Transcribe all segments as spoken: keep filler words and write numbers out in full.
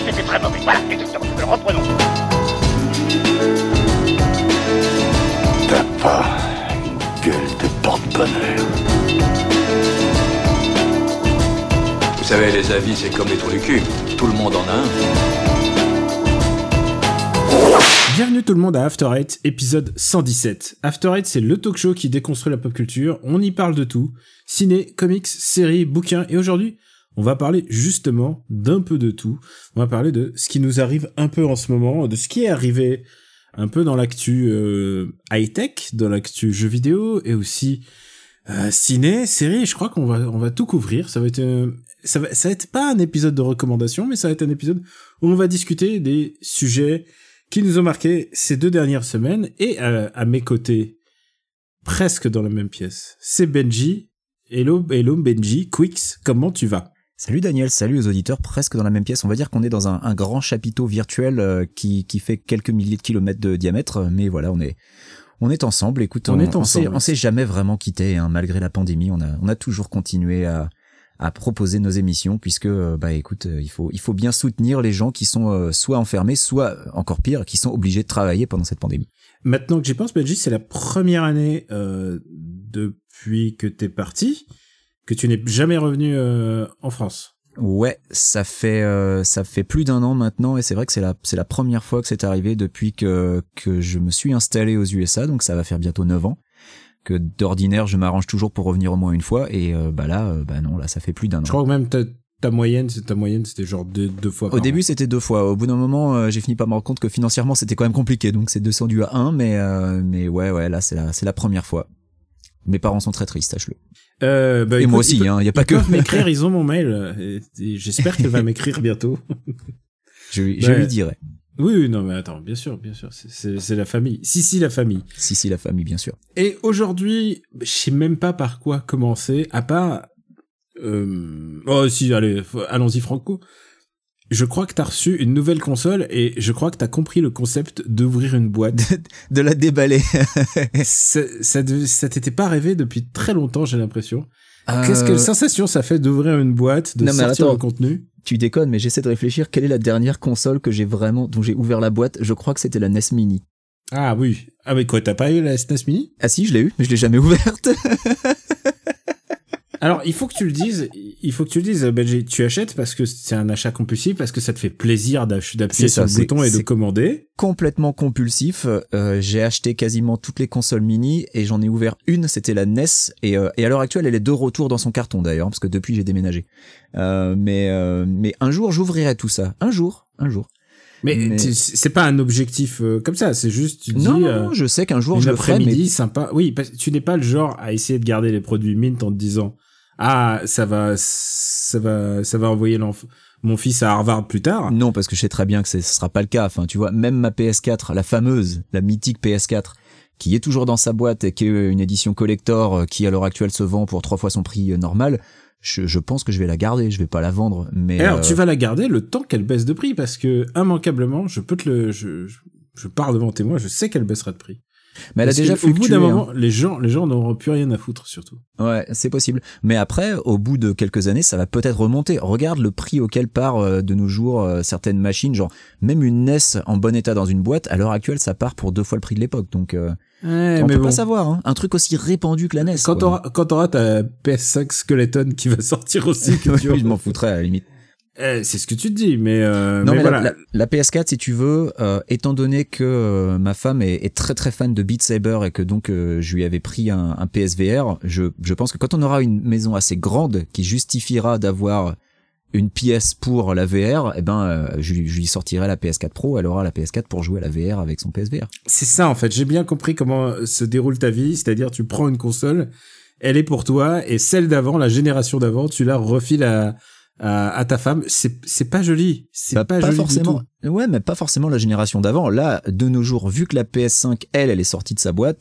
c'était très mauvais. Voilà, exactement. Alors reprenons. T'as pas une gueule de porte-bonheur. Vous savez, les avis, c'est comme les trous du cul. Tout le monde en a un. Bienvenue tout le monde à After Eight, épisode cent dix-sept. After Eight, c'est le talk show qui déconstruit la pop culture. On y parle de tout. Ciné, comics, séries, bouquins. Et aujourd'hui, on va parler justement d'un peu de tout. On va parler de ce qui nous arrive un peu en ce moment, de ce qui est arrivé un peu dans l'actu euh, high-tech, dans l'actu jeux vidéo et aussi euh, ciné, séries. Je crois qu'on va on va tout couvrir. Ça va être euh, ça va ça va être pas un épisode de recommandation, mais ça va être un épisode où on va discuter des sujets qui nous ont marqué ces deux dernières semaines. Et à, à mes côtés, presque dans la même pièce, c'est Benji. Hello, hello Benji, Quix, comment tu vas? Salut Daniel, salut aux auditeurs, presque dans la même pièce. On va dire qu'on est dans un, un grand chapiteau virtuel euh, qui, qui fait quelques milliers de kilomètres de diamètre, mais voilà, on est on est ensemble. Écoute, on, on est ensemble. On s'est, on s'est jamais vraiment quitté, hein, malgré la pandémie. On a on a toujours continué à à proposer nos émissions, puisque bah écoute, il faut il faut bien soutenir les gens qui sont euh, soit enfermés, soit encore pire, qui sont obligés de travailler pendant cette pandémie. Maintenant que j'y pense, Benji, c'est la première année euh, depuis que t'es parti que tu n'es jamais revenu euh, en France. Ouais, ça fait euh, ça fait plus d'un an maintenant, et c'est vrai que c'est la c'est la première fois que c'est arrivé depuis que que je me suis installé aux U S A, donc ça va faire bientôt neuf ans. Que d'ordinaire je m'arrange toujours pour revenir au moins une fois, et euh, bah là euh, bah non, là ça fait plus d'un an. Je crois que même ta, ta moyenne, c'est ta moyenne, c'était genre deux, deux fois. Au début, an. C'était deux fois. Au bout d'un moment, euh, j'ai fini par me rendre compte que financièrement c'était quand même compliqué, donc c'est descendu à un, mais euh, mais ouais ouais là c'est la c'est la première fois. Mes parents sont très tristes, sache-le. Euh, bah, et écoute, moi aussi, il hein, y a pas ils que. Ils peuvent m'écrire, ils ont mon mail. Et, et j'espère qu'elle va m'écrire bientôt. je lui, je bah, lui dirai. Oui, oui, non, mais attends, bien sûr, bien sûr, c'est, c'est, c'est la famille. Si, si, la famille. Si, si, la famille, bien sûr. Et aujourd'hui, je sais même pas par quoi commencer, à part, euh, oh, si, allez, allons-y, Franco. Je crois que t'as reçu une nouvelle console et je crois que t'as compris le concept d'ouvrir une boîte. De, de la déballer. ça, ça, ça t'était pas arrivé depuis très longtemps, j'ai l'impression. Euh... Qu'est-ce que sensation ça fait d'ouvrir une boîte, de non, sortir le contenu? Tu déconnes, mais j'essaie de réfléchir. Quelle est la dernière console que j'ai vraiment, dont j'ai ouvert la boîte? Je crois que c'était la N E S Mini. Ah oui. Ah mais quoi, t'as pas eu la N E S Mini? Ah si, je l'ai eu, mais je l'ai jamais ouverte. Alors, il faut que tu le dises, il faut que tu le dises, Benji, tu achètes parce que c'est un achat compulsif, parce que ça te fait plaisir d'appuyer sur le bouton et de commander. Complètement compulsif. Euh, j'ai acheté quasiment toutes les consoles mini et j'en ai ouvert une, c'était la N E S, et, euh, et à l'heure actuelle, elle est de retour dans son carton d'ailleurs, parce que depuis j'ai déménagé. Euh, mais, euh, mais un jour, j'ouvrirai tout ça. Un jour, un jour. Mais, mais... c'est pas un objectif euh, comme ça, c'est juste tu non, dis non, non, euh, je sais qu'un jour je le ferai, mais sympa. Oui, parce que tu n'es pas le genre à essayer de garder les produits mint en te disant ah ça va ça va ça va envoyer mon fils à Harvard plus tard. Non, parce que je sais très bien que ce sera pas le cas. Enfin, tu vois, même ma P S quatre, la fameuse, la mythique P S quatre, qui est toujours dans sa boîte et qui est une édition collector qui à l'heure actuelle se vend pour trois fois son prix normal. Je, je pense que je vais la garder, je vais pas la vendre, mais alors euh... tu vas la garder le temps qu'elle baisse de prix, parce que immanquablement, je peux te le, je, je, je pars devant témoin, je sais qu'elle baissera de prix. Mais elle a déjà fluctué. Au bout d'un hein. moment, les gens, les gens n'auront plus rien à foutre, surtout. Ouais, c'est possible. Mais après, au bout de quelques années, ça va peut-être remonter. Regarde le prix auquel part euh, de nos jours euh, certaines machines, genre même une N E S en bon état dans une boîte. À l'heure actuelle, ça part pour deux fois le prix de l'époque. Donc, euh, ouais, on mais peut bon. pas savoir. Hein. Un truc aussi répandu que la N E S. Quand t'auras, quand t'auras ta P S cinq Skeleton qui va sortir aussi, que tu oui, je m'en foutrais à la limite. Eh, c'est ce que tu te dis, mais euh, non, mais, mais voilà. La, la, la P S quatre, si tu veux, euh, étant donné que euh, ma femme est, est très très fan de Beat Saber et que donc euh, je lui avais pris un, un P S V R, je, je pense que quand on aura une maison assez grande qui justifiera d'avoir une pièce pour la V R, eh ben, euh, je, je lui sortirai la P S quatre Pro, elle aura la P S quatre pour jouer à la V R avec son P S V R. C'est ça, en fait. J'ai bien compris comment se déroule ta vie, c'est-à-dire tu prends une console, elle est pour toi, et celle d'avant, la génération d'avant, tu la refiles à À, à ta femme. C'est c'est pas joli, c'est bah, pas, pas joli forcément. du tout. Ouais, mais pas forcément la génération d'avant. Là, de nos jours, vu que la P S cinq, elle, elle est sortie de sa boîte,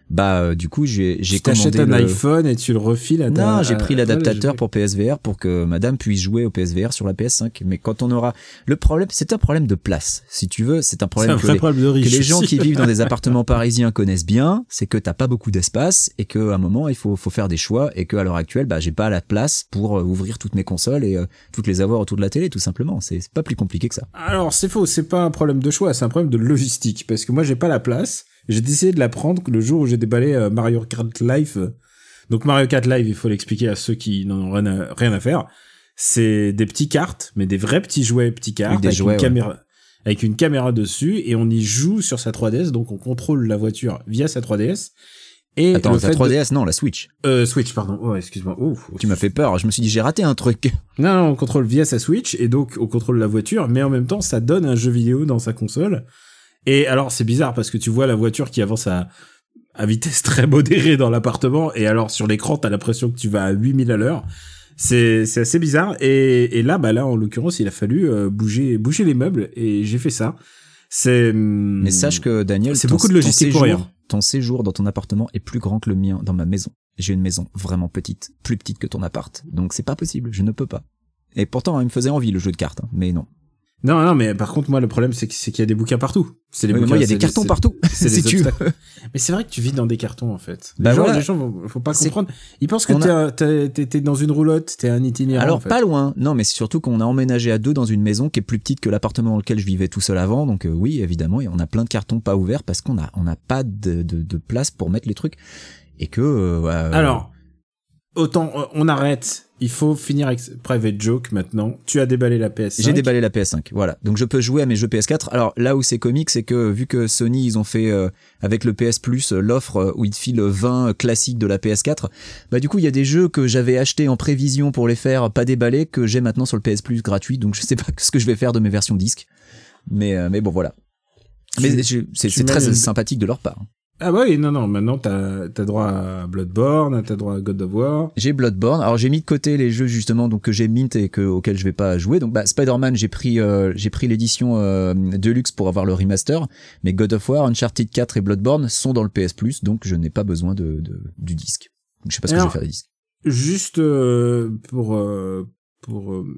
Bah euh, du coup j'ai j'ai tu t'achètes commandé un le... iPhone et tu le refiles à ta... Non, j'ai pris à... l'adaptateur ouais, pour P S V R pour que madame puisse jouer au P S V R sur la P S cinq. Mais quand on aura... Le problème, c'est un problème de place. Si tu veux, c'est un problème, c'est un que, vrai les... problème de riche que les gens aussi. qui vivent dans des appartements parisiens connaissent bien. C'est que t'as pas beaucoup d'espace et qu'à un moment, il faut, faut faire des choix et qu'à l'heure actuelle, bah, j'ai pas la place pour euh, ouvrir toutes mes consoles et euh, toutes les avoir autour de la télé, tout simplement. C'est, c'est pas plus compliqué que ça. Alors, c'est faux, c'est pas un problème de choix, c'est un problème de logistique. Parce que moi, j'ai pas la place. J'ai décidé de la prendre le jour où j'ai déballé euh, Mario Kart Live. Donc Mario Kart Live, il faut l'expliquer à ceux qui n'en ont rien à, rien à faire. C'est des petits cartes, mais des vrais petits jouets petits cartes avec, des avec jouets, une ouais. caméra, avec une caméra dessus et on y joue sur sa trois D S. Donc on contrôle la voiture via sa trois D S. Et Attends, le la fait trois D S, de... non, la Switch. Euh, Switch, pardon. Oh, excuse-moi. Ouf. Tu m'as fait peur. Je me suis dit, j'ai raté un truc. Non, non, on contrôle via sa Switch et donc on contrôle la voiture, mais en même temps, ça donne un jeu vidéo dans sa console. Et alors, c'est bizarre parce que tu vois la voiture qui avance à, à vitesse très modérée dans l'appartement et alors sur l'écran, t'as l'impression que tu vas à huit mille à l'heure. C'est, c'est assez bizarre. Et, et là, bah là, en l'occurrence, il a fallu euh, bouger, bouger les meubles et j'ai fait ça. C'est. Mais sache que Daniel, c'est ton, beaucoup de logistique ton pour séjour, rien. Ton séjour dans ton appartement est plus grand que le mien dans ma maison. J'ai une maison vraiment petite, plus petite que ton appart. Donc c'est pas possible, je ne peux pas. Et pourtant, il me faisait envie le jeu de cartes, hein, mais non. Non, non, mais par contre, moi, le problème, c'est, que, c'est qu'il y a des bouquins partout. C'est des Oui, bouquins, moi, il y a des c'est cartons c'est, partout. C'est si des tu obstacles. Mais c'est vrai que tu vis dans des cartons, en fait. Les Bah gens, voilà. les gens, faut pas C'est... comprendre. Ils pensent que On t'es, a... un, t'es, t'es, t'es dans une roulotte, t'es un itinérant. Alors, en fait. pas loin. Non, mais c'est surtout qu'on a emménagé à deux dans une maison qui est plus petite que l'appartement dans lequel je vivais tout seul avant. Donc, euh, oui, évidemment, et on a plein de cartons pas ouverts parce qu'on a, on n'a pas de, de, de place pour mettre les trucs. Et que, euh, euh... Alors, autant, euh, on arrête. Il faut finir avec Private Joke maintenant. Tu as déballé la P S cinq. J'ai déballé la P S cinq, voilà. Donc je peux jouer à mes jeux P S quatre. Alors là où c'est comique, c'est que vu que Sony, ils ont fait euh, avec le P S Plus euh, l'offre euh, où ils te filent vingt classiques de la P S quatre, bah du coup il y a des jeux que j'avais achetés en prévision pour les faire pas déballés que j'ai maintenant sur le P S Plus gratuit. Donc je sais pas ce que je vais faire de mes versions disques. Mais euh, mais bon voilà. Tu, mais je, c'est, c'est très une... sympathique de leur part. Ah bah oui, non, non, maintenant t'as, t'as droit à Bloodborne, t'as droit à God of War. J'ai Bloodborne, alors j'ai mis de côté les jeux justement donc que j'ai mint et que, auxquels je vais pas jouer, donc bah Spider-Man j'ai pris euh, j'ai pris l'édition euh, Deluxe pour avoir le remaster, mais God of War, Uncharted quatre et Bloodborne sont dans le P S Plus, donc je n'ai pas besoin de, de du disque. Donc je sais pas ce alors, que je vais faire des disques. Juste euh, pour, euh, pour euh,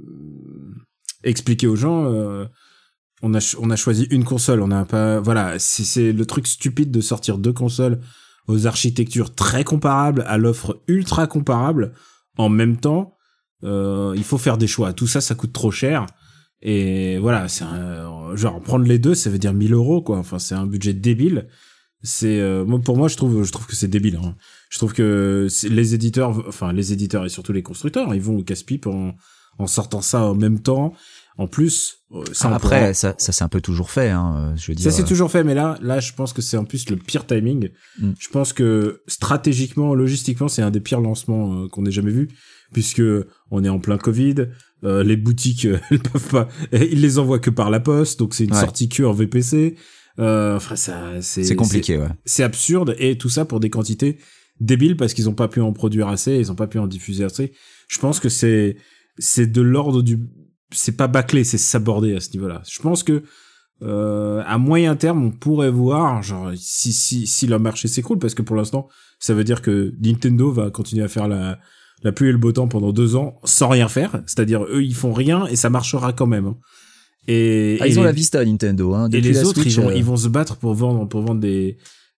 expliquer aux gens... Euh, On a, on a choisi une console, on a pas, voilà, c'est, c'est le truc stupide de sortir deux consoles aux architectures très comparables, à l'offre ultra comparable. En même temps, euh, il faut faire des choix. Tout ça, ça coûte trop cher. Et voilà, c'est un, genre, prendre les deux, ça veut dire mille euros, quoi. Enfin, c'est un budget débile. C'est, euh, moi, pour moi, je trouve, je trouve que c'est débile, hein. Je trouve que les éditeurs, enfin, les éditeurs et surtout les constructeurs, ils vont au casse-pipe en, en sortant ça en même temps. En plus, ça après, pourra... ça, ça c'est un peu toujours fait, hein. Je veux dire. Ça c'est toujours fait, mais là, là, je pense que c'est en plus le pire timing. Mm. Je pense que stratégiquement, logistiquement, c'est un des pires lancements euh, qu'on ait jamais vu, puisque on est en plein Covid. Euh, les boutiques, euh, elles peuvent pas, ils les envoient que par la poste, donc c'est une ouais. sortie que en V P C. Euh, enfin, ça, c'est. C'est compliqué, c'est, ouais. C'est absurde et tout ça pour des quantités débiles parce qu'ils ont pas pu en produire assez, ils ont pas pu en diffuser assez. Je pense que c'est, c'est de l'ordre du c'est pas bâclé, c'est sabordé à ce niveau-là. Je pense que euh, à moyen terme, on pourrait voir genre si si si le marché s'écroule, parce que pour l'instant, ça veut dire que Nintendo va continuer à faire la la pluie et le beau temps pendant deux ans sans rien faire. C'est-à-dire eux, ils font rien et ça marchera quand même. Et, ah, et ils les, ont la Vista Nintendo. Hein, et les autres, Switch, ils vont euh... ils vont se battre pour vendre pour vendre des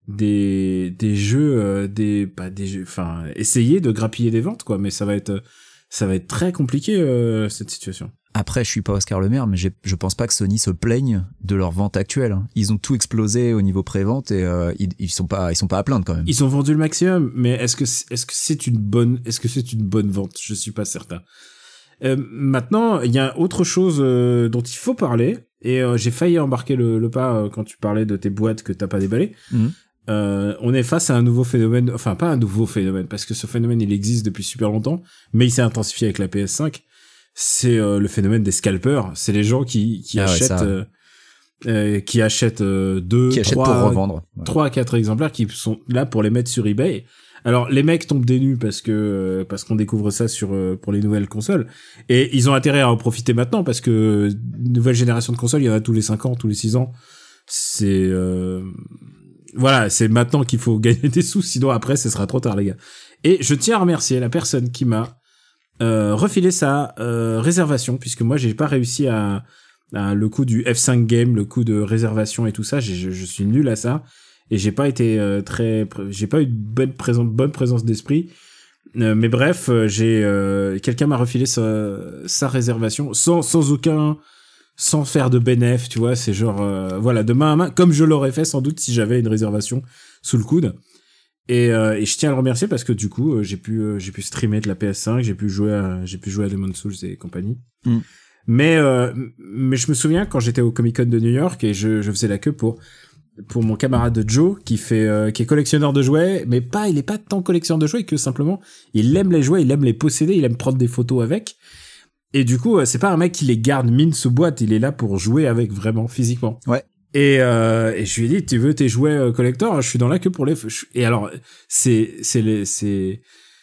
des des jeux euh, des pas des jeux, enfin essayer de grappiller des ventes quoi. Mais ça va être ça va être très compliqué euh, cette situation. Après, je suis pas Oscar Le Maire, mais j'ai, je pense pas que Sony se plaigne de leur vente actuelle. Ils ont tout explosé au niveau pré-vente et euh, ils, ils sont pas, ils sont pas à plaindre quand même. Ils ont vendu le maximum, mais est-ce que est-ce que c'est une bonne, est-ce que c'est une bonne vente? Je suis pas certain. Euh, maintenant, il y a autre chose euh, dont il faut parler et euh, j'ai failli embarquer le, le pas euh, quand tu parlais de tes boîtes que t'as pas déballées. Mmh. Euh, on est face à un nouveau phénomène, enfin pas un nouveau phénomène parce que ce phénomène il existe depuis super longtemps, mais il s'est intensifié avec la P S cinq. C'est euh, le phénomène des scalpers. C'est les gens qui qui ah achètent ouais, euh, euh, qui achètent euh, deux, qui achètent trois, pour revendre. Ouais. trois à quatre exemplaires qui sont là pour les mettre sur eBay. Alors les mecs tombent des nues parce que euh, parce qu'on découvre ça sur euh, pour les nouvelles consoles et ils ont intérêt à en profiter maintenant parce que nouvelle génération de consoles, il y en a tous les cinq ans, tous les six ans. C'est euh, voilà, c'est maintenant qu'il faut gagner des sous, sinon après, ce sera trop tard, les gars. Et je tiens à remercier la personne qui m'a euh, refilé sa euh, réservation, puisque moi, j'ai pas réussi à, à le coup du F cinq game, le coup de réservation et tout ça, j'ai, je, je suis nul à ça, et j'ai pas été euh, très, j'ai pas eu de bonne présence, bonne présence d'esprit. Euh, mais bref, euh, j'ai euh, quelqu'un m'a refilé sa, sa réservation sans sans aucun sans faire de bénéf, tu vois, c'est genre euh, voilà, de main à main, comme je l'aurais fait sans doute si j'avais une réservation sous le coude. Et, euh, et je tiens à le remercier parce que du coup, euh, j'ai pu euh, j'ai pu streamer de la P S cinq, j'ai pu jouer à, j'ai pu jouer à Demon's Souls et compagnie. Mm. Mais euh, mais je me souviens quand j'étais au Comic Con de New York et je je faisais la queue pour pour mon camarade Joe qui fait euh, qui est collectionneur de jouets, mais pas il est pas tant collectionneur de jouets que simplement il aime les jouets, il aime les posséder, il aime prendre des photos avec. Et du coup, c'est pas un mec qui les garde mine sous boîte, il est là pour jouer avec vraiment physiquement. Ouais. Et euh, et je lui ai dit, tu veux tes jouets euh, collector, je suis dans là que pour les. Et alors c'est c'est les c'est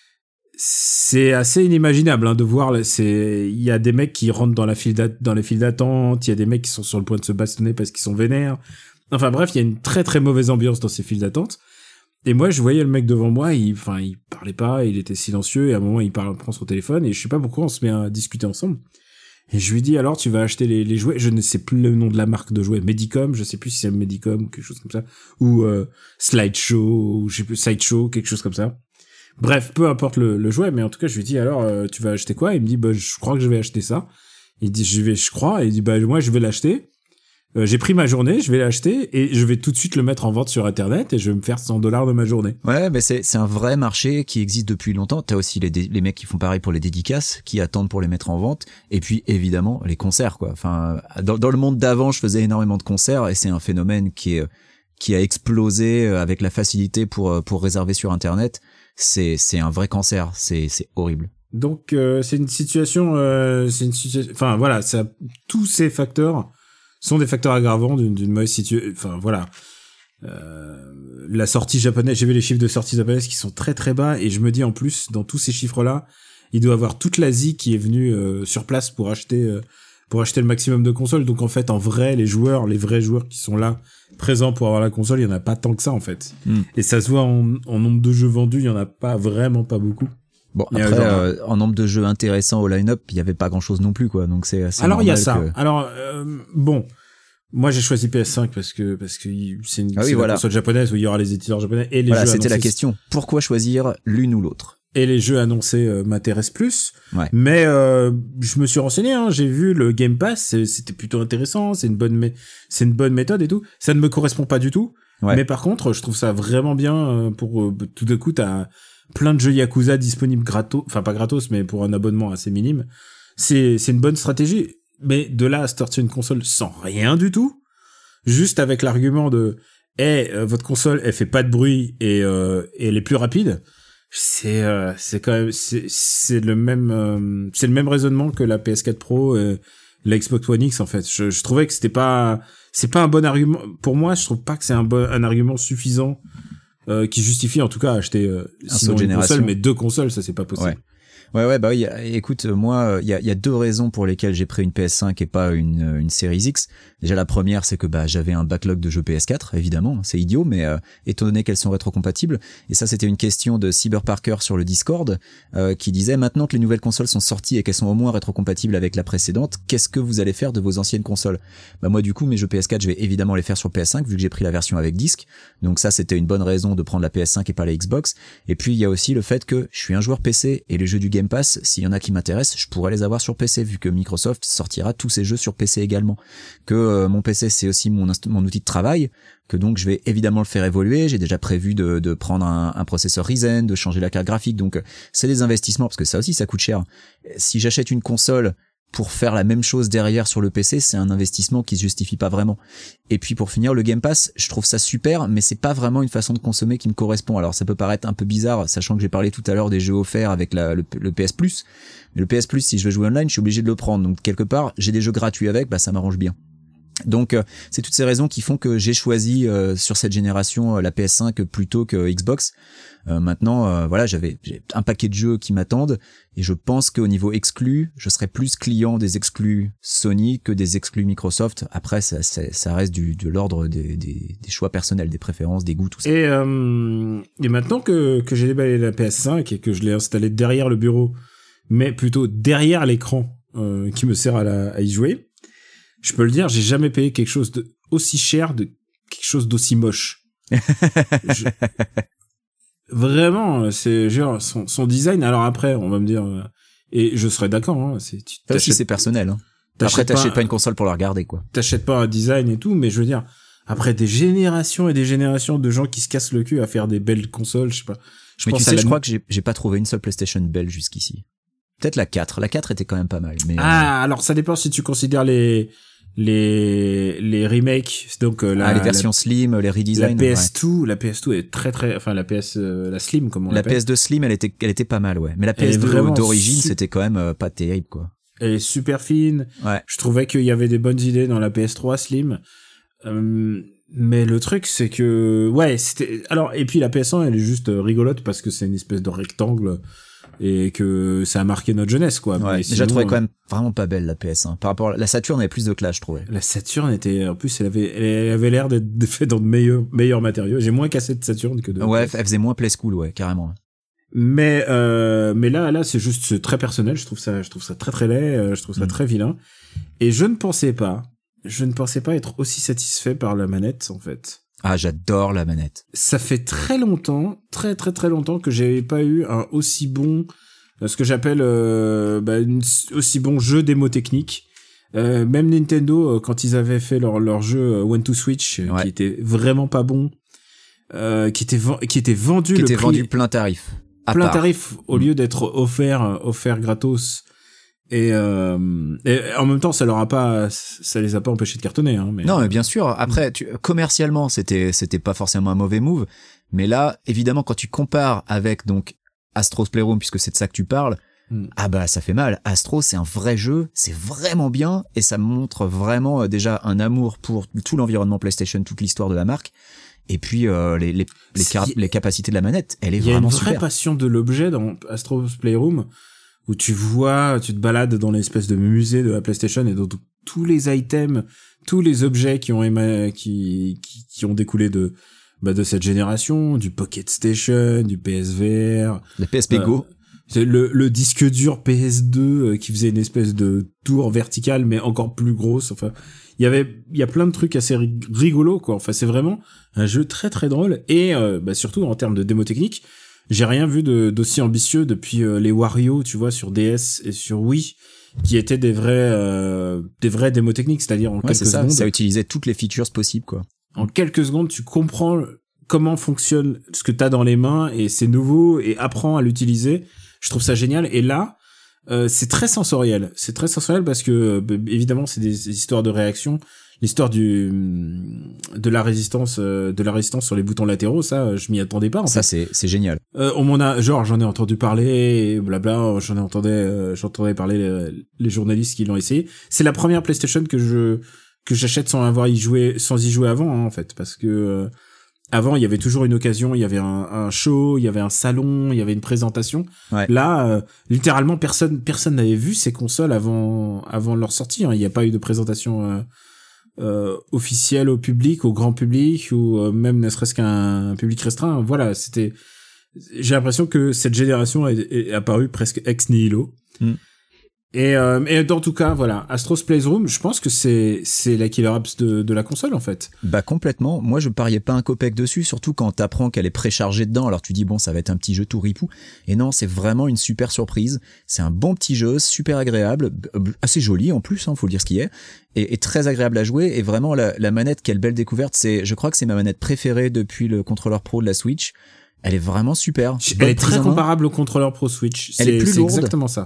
c'est assez inimaginable hein, de voir. C'est il y a des mecs qui rentrent dans la file dans les files d'attente, il y a des mecs qui sont sur le point de se bastonner parce qu'ils sont vénères. Enfin bref, il y a une très très mauvaise ambiance dans ces files d'attente. Et moi, je voyais le mec devant moi, il, enfin, il parlait pas, il était silencieux, et à un moment, il parle, prend son téléphone, et je sais pas pourquoi on se met à discuter ensemble. Et je lui dis, alors, tu vas acheter les, les jouets, je ne sais plus le nom de la marque de jouets, Medicom, je sais plus si c'est Medicom ou quelque chose comme ça, ou, euh, Slideshow, ou je sais plus, Sideshow, quelque chose comme ça. Bref, peu importe le, le jouet, mais en tout cas, je lui dis, alors, euh, tu vas acheter quoi? Il me dit, bah, je crois que je vais acheter ça. Il dit, je vais, je crois, et il dit, bah, moi, je vais l'acheter. Euh, j'ai pris ma journée, je vais l'acheter et je vais tout de suite le mettre en vente sur internet et je vais me faire cent dollars de ma journée. Ouais, mais c'est c'est un vrai marché qui existe depuis longtemps. T'as aussi les dé- les mecs qui font pareil pour les dédicaces, qui attendent pour les mettre en vente, et puis évidemment les concerts quoi. Enfin, dans dans le monde d'avant, je faisais énormément de concerts et c'est un phénomène qui est qui a explosé avec la facilité pour pour réserver sur internet. C'est c'est un vrai cancer, c'est c'est horrible. Donc euh, c'est une situation euh, c'est une situation enfin voilà, ça tous ces facteurs sont des facteurs aggravants d'une, d'une mauvaise situation. Enfin, voilà. Euh, la sortie japonaise, j'ai vu les chiffres de sortie japonaise qui sont très très bas et je me dis en plus, dans tous ces chiffres-là, il doit y avoir toute l'Asie qui est venue euh, sur place pour acheter euh, pour acheter le maximum de consoles. Donc en fait, en vrai, les joueurs, les vrais joueurs qui sont là, présents pour avoir la console, il y en a pas tant que ça en fait. Mm. Et ça se voit en, en nombre de jeux vendus, il y en a pas vraiment pas beaucoup. Bon, après, genre, euh, en nombre de jeux intéressants au line-up, il y avait pas grand-chose non plus, quoi. Donc c'est assez. Alors il y a ça. Que... Alors euh, bon, moi j'ai choisi P S cinq parce que parce que c'est une, ah oui, c'est voilà. une console japonaise où il y aura les éditeurs japonais et les voilà, jeux. C'était annoncés. la question. Pourquoi choisir l'une ou l'autre? Et les jeux annoncés euh, m'intéressent plus. Ouais. Mais euh, je me suis renseigné. Hein, j'ai vu le Game Pass, c'est, c'était plutôt intéressant. C'est une bonne, mé- c'est une bonne méthode et tout. Ça ne me correspond pas du tout. Ouais. Mais par contre, je trouve ça vraiment bien euh, pour euh, tout d'un coup t'as plein de jeux Yakuza disponibles gratos, enfin pas gratos, mais pour un abonnement assez minime. C'est c'est une bonne stratégie, mais de là à sortir une console sans rien du tout, juste avec l'argument de hey, euh, votre console elle fait pas de bruit et euh, et elle est plus rapide, c'est euh, c'est quand même c'est c'est le même euh, c'est le même raisonnement que la P S quatre Pro, euh, la Xbox One X en fait. Je, je trouvais que c'était pas c'est pas un bon argument pour moi. Je trouve pas que c'est un bon un argument suffisant. Euh, qui justifie en tout cas acheter euh, sinon une console, mais deux consoles, ça c'est pas possible. Ouais. Ouais, ouais, bah oui, écoute, moi, il y a, y a deux raisons pour lesquelles j'ai pris une P S cinq et pas une, une Series X. Déjà, la première, c'est que bah j'avais un backlog de jeux P S quatre, évidemment, c'est idiot, mais euh, étant donné qu'elles sont rétrocompatibles. Et ça, c'était une question de Cyber Parker sur le Discord, euh, qui disait, maintenant que les nouvelles consoles sont sorties et qu'elles sont au moins rétrocompatibles avec la précédente, qu'est-ce que vous allez faire de vos anciennes consoles? Bah moi, du coup, mes jeux P S quatre, je vais évidemment les faire sur P S cinq, vu que j'ai pris la version avec disque. Donc ça, c'était une bonne raison de prendre la P S cinq et pas la Xbox. Et puis, il y a aussi le fait que je suis un joueur P C et les jeux du Game Pass, s'il y en a qui m'intéressent, je pourrais les avoir sur P C, vu que Microsoft sortira tous ces jeux sur P C également. Que euh, mon P C, c'est aussi mon, inst- mon outil de travail, que donc je vais évidemment le faire évoluer. J'ai déjà prévu de, de prendre un, un processeur Ryzen, de changer la carte graphique. Donc euh, c'est des investissements, parce que ça aussi, ça coûte cher. Si j'achète une console pour faire la même chose derrière sur le P C, c'est un investissement qui se justifie pas vraiment. Et puis pour finir, le Game Pass, je trouve ça super, mais c'est pas vraiment une façon de consommer qui me correspond. Alors ça peut paraître un peu bizarre, sachant que j'ai parlé tout à l'heure des jeux offerts avec la, le, le P S Plus. Mais le P S Plus, si je veux jouer online, je suis obligé de le prendre. Donc quelque part, j'ai des jeux gratuits avec, bah ça m'arrange bien. Donc euh, c'est toutes ces raisons qui font que j'ai choisi euh, sur cette génération euh, la P S cinq plutôt que Xbox. Euh, maintenant euh, voilà, j'avais j'ai un paquet de jeux qui m'attendent et je pense qu'au niveau exclus, je serais plus client des exclus Sony que des exclus Microsoft. Après ça ça, ça reste du de l'ordre des, des des choix personnels, des préférences, des goûts, tout ça. Et euh, et maintenant que que j'ai déballé la P S cinq et que je l'ai installée derrière le bureau, mais plutôt derrière l'écran euh, qui me sert à, la, à y jouer, je peux le dire, j'ai jamais payé quelque chose de aussi cher, de quelque chose d'aussi moche. je... Vraiment, c'est genre son, son design. Alors après, on va me dire, euh, et je serais d'accord. Hein, c'est tu ça aussi c'est personnel. Hein. Après, t'achètes pas, pas une console pour la regarder, quoi. T'achètes pas un design et tout, mais je veux dire, après des générations et des générations de gens qui se cassent le cul à faire des belles consoles, je sais pas. Je mais pense tu sais, la... je crois que j'ai, j'ai pas trouvé une seule PlayStation belle jusqu'ici. Peut-être la quatre. La quatre était quand même pas mal. Mais ah, euh... alors ça dépend si tu considères les les les remakes, donc euh, la, ah, les versions la, slim, les redesigns. La P S deux, ouais. la P S deux est très très, enfin la P S, euh, la slim comme on la l'appelle. La P S deux slim, elle était, elle était pas mal, ouais. Mais la P S deux d'origine, su... c'était quand même euh, pas terrible, quoi. Elle est super fine. Ouais. Je trouvais qu'il y avait des bonnes idées dans la P S trois slim. Euh, mais le truc, c'est que, ouais, c'était, alors, et puis la P S un, elle est juste rigolote parce que c'est une espèce de rectangle. Et que ça a marqué notre jeunesse, quoi. Ouais, mais sinon, j'ai trouvé quand même vraiment pas belle la P S un. Par rapport à la Saturn, avait plus de clash, je trouvais. La Saturn était, en plus, elle avait, elle avait l'air d'être faite dans de meilleurs, meilleurs matériaux. J'ai moins cassé de Saturn que de. Ouais, elle faisait moins play school, ouais, carrément. Mais euh, mais là, là, c'est juste c'est très personnel. Je trouve ça, je trouve ça très très laid. Je trouve ça mmh. très vilain. Et je ne pensais pas, je ne pensais pas être aussi satisfait par la manette, en fait. Ah, j'adore la manette. Ça fait très longtemps, très très très longtemps que j'avais pas eu un aussi bon, ce que j'appelle euh, bah, une aussi bon jeu démo technique. Euh, même Nintendo, quand ils avaient fait leur leur jeu One to Switch, ouais. qui était vraiment pas bon, euh, qui était qui était vendu qui le était prix, vendu plein tarif, plein part. tarif au lieu d'être offert offert gratos. Et, euh, et en même temps, ça leur a pas, ça les a pas empêchés de cartonner, hein. Mais... Non, mais bien sûr. Après, tu, commercialement, c'était, c'était pas forcément un mauvais move. Mais là, évidemment, quand tu compares avec donc Astro's Playroom, puisque c'est de ça que tu parles, mm. ah bah ça fait mal. Astro, c'est un vrai jeu, c'est vraiment bien, et ça montre vraiment euh, déjà un amour pour tout l'environnement PlayStation, toute l'histoire de la marque. Et puis euh, les les les, car- les capacités de la manette, elle est vraiment super. Il y a une vraie super. passion de l'objet dans Astro's Playroom. Où tu vois, tu te balades dans l'espèce de musée de la PlayStation et dans tous les items, tous les objets qui ont éma- qui, qui qui ont découlé de bah de cette génération, du Pocket Station, du P S V R, la P S P euh, Go, le le disque dur P S deux euh, qui faisait une espèce de tour verticale mais encore plus grosse. Enfin, il y avait il y a plein de trucs assez rig- rigolos, quoi. Enfin, c'est vraiment un jeu très très drôle et euh, bah surtout en termes de démo technique. J'ai rien vu de, d'aussi ambitieux depuis euh, les Wario, tu vois, sur D S et sur Wii, qui étaient des vrais, euh, des vrais démos techniques, c'est-à-dire en ouais, quelques c'est ça, secondes. Ça utilisait toutes les features possibles, quoi. En quelques secondes, tu comprends comment fonctionne ce que t'as dans les mains et c'est nouveau et apprends à l'utiliser. Je trouve ça génial. Et là, euh, c'est très sensoriel. C'est très sensoriel parce que, euh, évidemment, c'est des, des histoires de réaction. L'histoire du de la résistance euh, de la résistance sur les boutons latéraux, ça je m'y attendais pas en ça fait. c'est c'est génial. Euh, on m'en a genre j'en ai entendu parler et blabla, j'en ai entendu euh, j'entendais parler les, les journalistes qui l'ont essayé. C'est la première PlayStation que je que j'achète sans avoir y joué sans y jouer avant hein, en fait parce que euh, avant il y avait toujours une occasion, il y avait un, un show, il y avait un salon, il y avait une présentation. Ouais. Là euh, littéralement personne personne n'avait vu ces consoles avant avant leur sortie, hein. Il n'y a pas eu de présentation euh, Euh, officiel au public, au grand public ou euh, même ne serait-ce qu'un public restreint. Voilà, c'était. J'ai l'impression que cette génération est, est apparue presque ex nihilo. Mm. Et, euh, et dans tout cas, voilà, Astro's Playroom, je pense que c'est c'est la killer apps de, de la console en fait. Bah complètement. Moi, je pariais pas un copec dessus, surtout quand t'apprends qu'elle est préchargée dedans. Alors tu dis bon, ça va être un petit jeu tout ripou. Et non, c'est vraiment une super surprise. C'est un bon petit jeu, super agréable, assez joli en plus, hein, faut le dire ce qui est, et, et très agréable à jouer. Et vraiment la, la manette, quelle belle découverte. C'est, je crois que c'est ma manette préférée depuis le contrôleur pro de la Switch. Elle est vraiment super. Elle est très comparable au contrôleur pro Switch. Elle c'est, est plus c'est lourde. Exactement ça.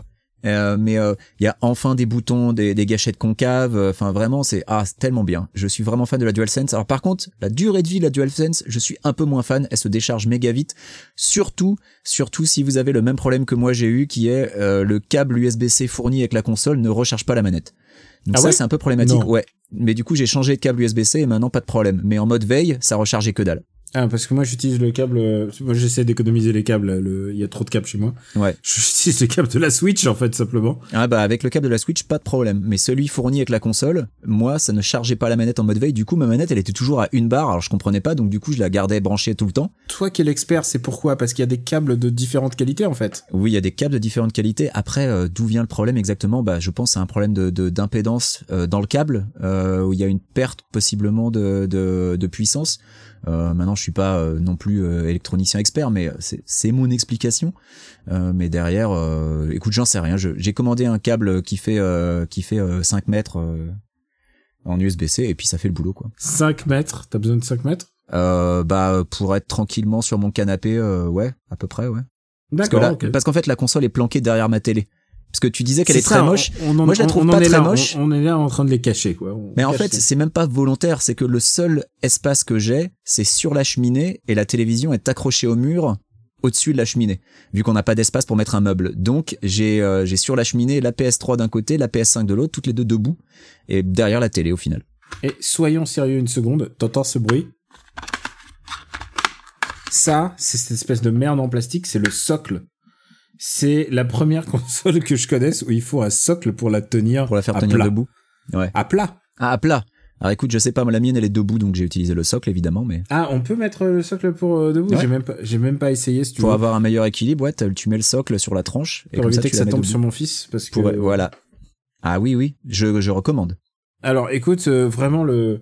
Euh, mais il euh, y a enfin des boutons, des, des gâchettes concaves. Enfin, euh, vraiment, c'est ah, c'est tellement bien. Je suis vraiment fan de la DualSense. Alors par contre, la durée de vie de la DualSense, je suis un peu moins fan. Elle se décharge méga vite. Surtout, surtout si vous avez le même problème que moi j'ai eu, qui est euh, le câble U S B C fourni avec la console ne recharge pas la manette. Donc ah ça, ouais c'est un peu problématique. Non. Ouais. Mais du coup, j'ai changé de câble U S B C et maintenant pas de problème. Mais en mode veille, ça rechargeait que dalle. Ah, parce que moi, j'utilise le câble, moi, j'essaie d'économiser les câbles, le, il y a trop de câbles chez moi. Ouais. J'utilise le câble de la Switch, en fait, simplement. Ah, bah, avec le câble de la Switch, pas de problème. Mais celui fourni avec la console, moi, ça ne chargeait pas la manette en mode veille. Du coup, ma manette, elle était toujours à une barre. Alors, je comprenais pas. Donc, du coup, je la gardais branchée tout le temps. Toi qui es l'expert, c'est pourquoi? Parce qu'il y a des câbles de différentes qualités, en fait. Oui, il y a des câbles de différentes qualités. Après, euh, d'où vient le problème exactement? Bah, je pense à un problème de, de, d'impédance, euh, dans le câble, euh, où il y a une perte, possiblement, de, de, de puissance. Euh, maintenant, je suis pas euh, non plus euh, électronicien expert, mais c'est, c'est mon explication. Euh, mais derrière, euh, écoute, j'en sais rien. Je, j'ai commandé un câble qui fait euh, qui fait euh, cinq mètres euh, en U S B C et puis ça fait le boulot, quoi. cinq mètres? T'as besoin de cinq mètres? Euh, bah pour être tranquillement sur mon canapé, euh, ouais, à peu près, ouais. D'accord. Parce, que là, okay. parce qu'en fait, la console est planquée derrière ma télé. Parce que tu disais qu'elle c'est est ça, très moche. On, on en, Moi, je la trouve on pas très là, moche. On, on est là en train de les cacher, quoi. On Mais en fait, les... c'est même pas volontaire. C'est que le seul espace que j'ai, c'est sur la cheminée et la télévision est accrochée au mur au-dessus de la cheminée. Vu qu'on n'a pas d'espace pour mettre un meuble. Donc, j'ai, euh, j'ai sur la cheminée la P S trois d'un côté, la P S cinq de l'autre, toutes les deux debout. Et derrière la télé, au final. Et soyons sérieux une seconde. T'entends ce bruit? Ça, c'est cette espèce de merde en plastique, c'est le socle. C'est la première console que je connaisse où il faut un socle pour la tenir pour la faire à tenir plat. debout. Ouais. À plat. Ah, à plat. Alors écoute, je sais pas, la mienne elle est debout donc j'ai utilisé le socle évidemment, mais. Ah, on peut mettre le socle pour euh, debout. Ouais. J'ai même pas, j'ai même pas essayé. Si tu pour veux. avoir un meilleur équilibre, ouais, tu mets le socle sur la tranche et pour comme éviter ça, tu que la ça mets tombe debout. sur mon fils parce que. Pour, voilà. Ah oui oui, je je recommande. Alors écoute, euh, vraiment le.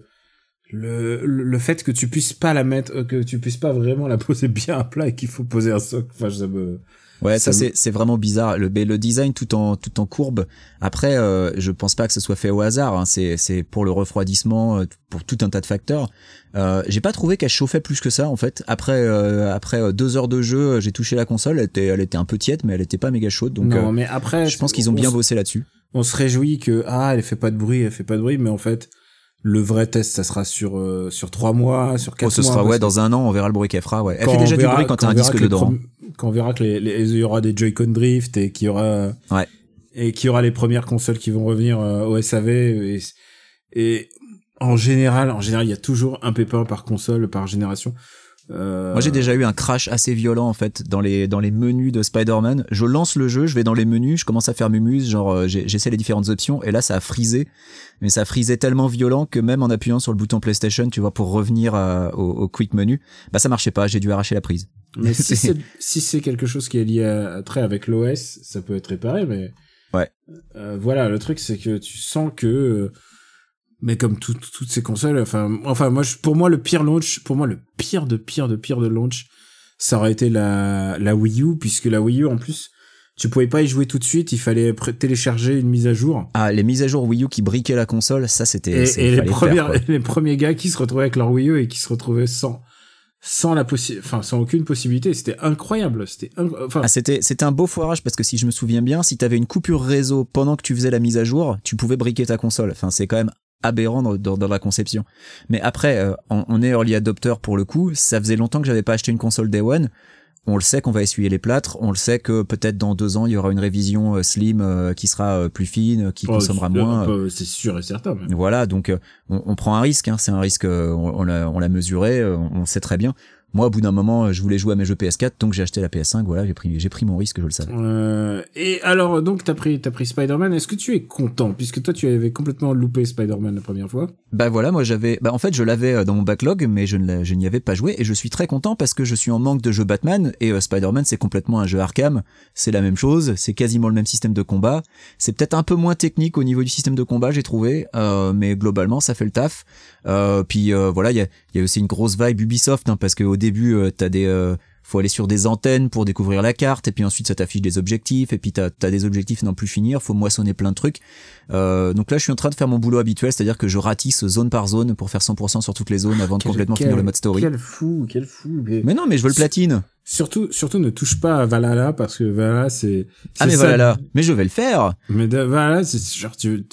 Le, le fait que tu puisses pas la mettre, euh, que tu puisses pas vraiment la poser bien à plat et qu'il faut poser un socle, enfin ça me. Ouais, ça, ça c'est me... c'est vraiment bizarre. Le le design tout en tout en courbe. Après, euh, je pense pas que ce soit fait au hasard. Hein. C'est c'est pour le refroidissement, pour tout un tas de facteurs. Euh, j'ai pas trouvé qu'elle chauffait plus que ça en fait. Après euh, après deux heures de jeu, j'ai touché la console. Elle était elle était un peu tiède, mais elle était pas méga chaude. Donc non, euh, mais après, je pense qu'ils ont bien s... bossé là-dessus. On se réjouit que ah elle fait pas de bruit, elle fait pas de bruit, mais en fait. Le vrai test, ça sera sur euh, sur trois mois, sur quatre mois. Oh, ce mois, sera ouais, dans un an, on verra le bruit qu'elle fera. Ouais. Elle quand fait déjà verra, du bruit quand t'as un disque dedans. Prom... Quand on verra que les, les, il y aura des Joy-Con drift et qu'il y aura ouais. et qu'il y aura les premières consoles qui vont revenir euh, au S A V et, et en général, en général, il y a toujours un pépin par console par génération. Euh... Moi j'ai déjà eu un crash assez violent en fait dans les dans les menus de Spider-Man. Je lance le jeu, je vais dans les menus, je commence à faire mumuse, genre euh, j'essaie les différentes options et là ça a frisé, mais ça a frisé tellement violent que même en appuyant sur le bouton PlayStation, tu vois, pour revenir à, au, au quick menu, bah ça marchait pas, j'ai dû arracher la prise. Mais si c'est si c'est quelque chose qui est lié à, très avec l'O S, ça peut être réparé, mais ouais. Euh, voilà, le truc c'est que tu sens que euh, mais comme tout, toutes ces consoles, enfin, enfin, moi, je, pour moi, le pire launch, pour moi, le pire de pire de pire de launch, ça aurait été la, la Wii U, puisque la Wii U, en plus, tu pouvais pas y jouer tout de suite, il fallait pré- télécharger une mise à jour. Ah, les mises à jour Wii U qui briquaient la console, ça, c'était, et, c'est, et les premières, faire, les premiers gars qui se retrouvaient avec leur Wii U et qui se retrouvaient sans, sans la possi- enfin, sans aucune possibilité, c'était incroyable, c'était, inc- enfin. Ah, c'était, c'était un beau foirage parce que si je me souviens bien, si t'avais une coupure réseau pendant que tu faisais la mise à jour, tu pouvais briquer ta console. Enfin, c'est quand même aberrant dans, dans, dans la conception. Mais après, euh, on, on est early adopter pour le coup. Ça faisait longtemps que j'avais pas acheté une console Day One. On le sait qu'on va essuyer les plâtres. On le sait que peut-être dans deux ans, il y aura une révision euh, slim euh, qui sera euh, plus fine, qui oh, consommera c'est, moins. Euh, c'est sûr et certain. Même. Voilà, donc euh, on, on prend un risque. Hein, c'est un risque, euh, on, on, l'a, on l'a mesuré, euh, on, on sait très bien. Moi, au bout d'un moment, je voulais jouer à mes jeux P S quatre, donc j'ai acheté la P S cinq. Voilà, j'ai pris, j'ai pris mon risque, je le savais. Euh, et alors, donc, t'as pris, t'as pris Spider-Man. Est-ce que tu es content, puisque toi, tu avais complètement loupé Spider-Man la première fois? Bah voilà, moi j'avais, bah en fait, je l'avais dans mon backlog, mais je ne, je n'y avais pas joué, et je suis très content parce que je suis en manque de jeux Batman, et euh, Spider-Man, c'est complètement un jeu Arkham. C'est la même chose, c'est quasiment le même système de combat. C'est peut-être un peu moins technique au niveau du système de combat, j'ai trouvé, euh, mais globalement, ça fait le taf. Euh, puis euh, voilà, il y a, il y a aussi une grosse vibe Ubisoft, hein, parce que au début, euh, t'as des euh, faut aller sur des antennes pour découvrir la carte, et puis ensuite ça t'affiche des objectifs, et puis t'as, t'as des objectifs n'en plus finir, faut moissonner plein de trucs. Euh, donc là, je suis en train de faire mon boulot habituel, c'est-à-dire que je ratisse zone par zone pour faire cent pour cent sur toutes les zones avant de quel, complètement quel, finir le mode story. Quel fou, quel fou. Mais, mais non, mais je veux le platine. Surtout, surtout ne touche pas à Valhalla parce que Valhalla c'est. c'est ah mais ça. Valhalla, mais je vais le faire. Mais de, Valhalla, c'est genre tu.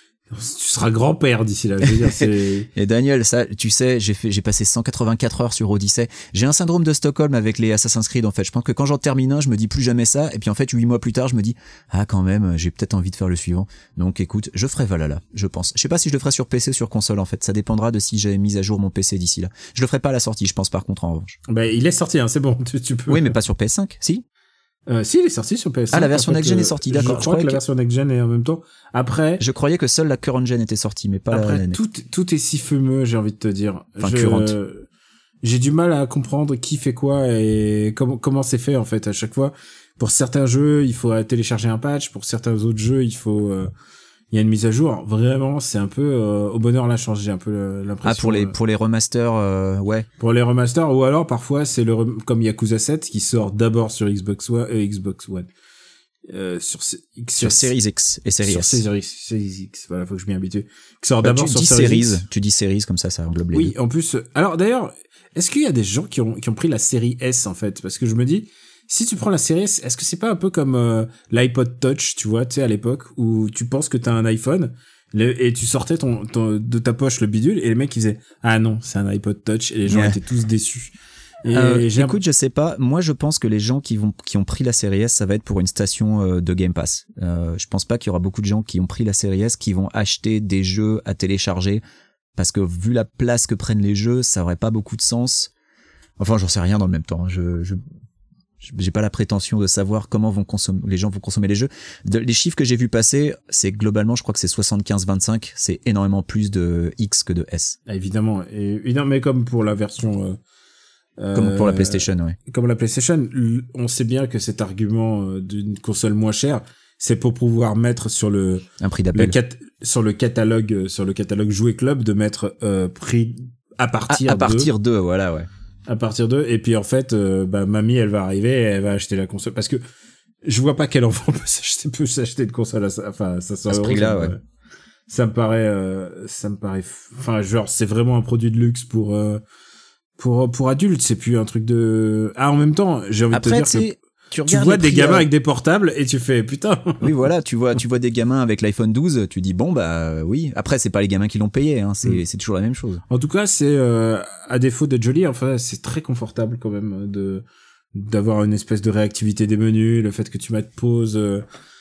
Tu seras grand-père d'ici là, je veux dire, c'est... Et Daniel, ça, tu sais, j'ai fait, j'ai passé cent quatre-vingt-quatre heures sur Odyssey. J'ai un syndrome de Stockholm avec les Assassin's Creed, en fait. Je pense que quand j'en termine un, je me dis plus jamais ça. Et puis, en fait, huit mois plus tard, je me dis, ah, quand même, j'ai peut-être envie de faire le suivant. Donc, écoute, je ferai Valhalla, je pense. Je sais pas si je le ferai sur P C ou sur console, en fait. Ça dépendra de si j'ai mis à jour mon P C d'ici là. Je le ferai pas à la sortie, je pense, par contre, en revanche. Bah, il est sorti, hein, c'est bon, tu, tu peux. Oui, mais pas sur P S cinq, si? Euh, si, il est sorti sur P S cinq. Ah, la version en fait, next-gen euh, est sortie, d'accord. Je crois je que, que la version next-gen est en même temps. Après. Je croyais que seule la current-gen était sortie, mais pas après, la, la tout, tout est si fumeux, j'ai envie de te dire. Enfin, je, current. euh, j'ai du mal à comprendre qui fait quoi et comment, comment c'est fait, en fait, à chaque fois. Pour certains jeux, il faut télécharger un patch. Pour certains autres jeux, il faut, euh, il y a une mise à jour. Vraiment, c'est un peu euh, au bonheur la chance, j'ai un peu l'impression. Ah, pour les euh, pour les remasters, euh, ouais. Pour les remasters, ou alors parfois c'est le rem- comme Yakuza sept qui sort d'abord sur Xbox One, euh, Xbox One, euh, sur C- X, Sur Series X et Series sur S. Series, Series X. Voilà, faut que je m'y habitue. Qui sort Bah, d'abord tu sur dis Series Series, X. tu dis Series comme ça, ça englobe les Oui, deux. en plus. Alors d'ailleurs, est-ce qu'il y a des gens qui ont qui ont pris la série S en fait? Parce que je me dis. Si tu prends la série S, est-ce que c'est pas un peu comme euh, l'iPod Touch, tu vois, tu sais, à l'époque, où tu penses que t'as un iPhone, le, et tu sortais ton, ton, de ta poche le bidule, et les mecs, ils faisaient « Ah non, c'est un iPod Touch », et les gens Yeah. étaient tous déçus. Et Euh, j'ai écoute, je sais pas. Moi, je pense que les gens qui vont, qui ont pris la série S, ça va être pour une station euh, de Game Pass. Euh, je pense pas qu'il y aura beaucoup de gens qui ont pris la série S qui vont acheter des jeux à télécharger, parce que vu la place que prennent les jeux, ça aurait pas beaucoup de sens. Enfin, j'en sais rien dans le même temps. Je, je, j'ai pas la prétention de savoir comment vont consommer, les gens vont consommer les jeux. De, les chiffres que j'ai vu passer, c'est globalement, je crois que c'est soixante-quinze vingt-cinq. C'est énormément plus de X que de S. Ah, évidemment, et, évidemment, mais comme pour la version... Euh, Comme pour la euh, PlayStation, ouais. Comme la PlayStation, on sait bien que cet argument euh, d'une console moins chère, c'est pour pouvoir mettre sur le... Un prix le d'appel. cat- sur le catalogue, euh, sur le catalogue Jouet Club, de mettre euh, prix à partir À, à de... partir de, voilà, ouais. à partir d'eux, et puis en fait euh, bah mamie elle va arriver et elle va acheter la console, parce que je vois pas quel enfant peut s'acheter peut s'acheter une console à ça, enfin ça À ce prix-là, ouais. Ça me paraît euh, ça me paraît enfin genre c'est vraiment un produit de luxe pour euh, pour pour adultes, c'est plus un truc de ah en même temps j'ai envie Après, de te dire tu que sais, tu, tu vois des gamins avec des portables et tu fais putain. Oui, voilà, tu vois, tu vois des gamins avec l'iPhone douze, tu dis bon bah oui. Après, c'est pas les gamins qui l'ont payé, hein, c'est, Mm. c'est toujours la même chose. En tout cas, c'est euh, à défaut d'être joli, enfin c'est très confortable quand même de d'avoir une espèce de réactivité des menus, le fait que tu mettes pause euh,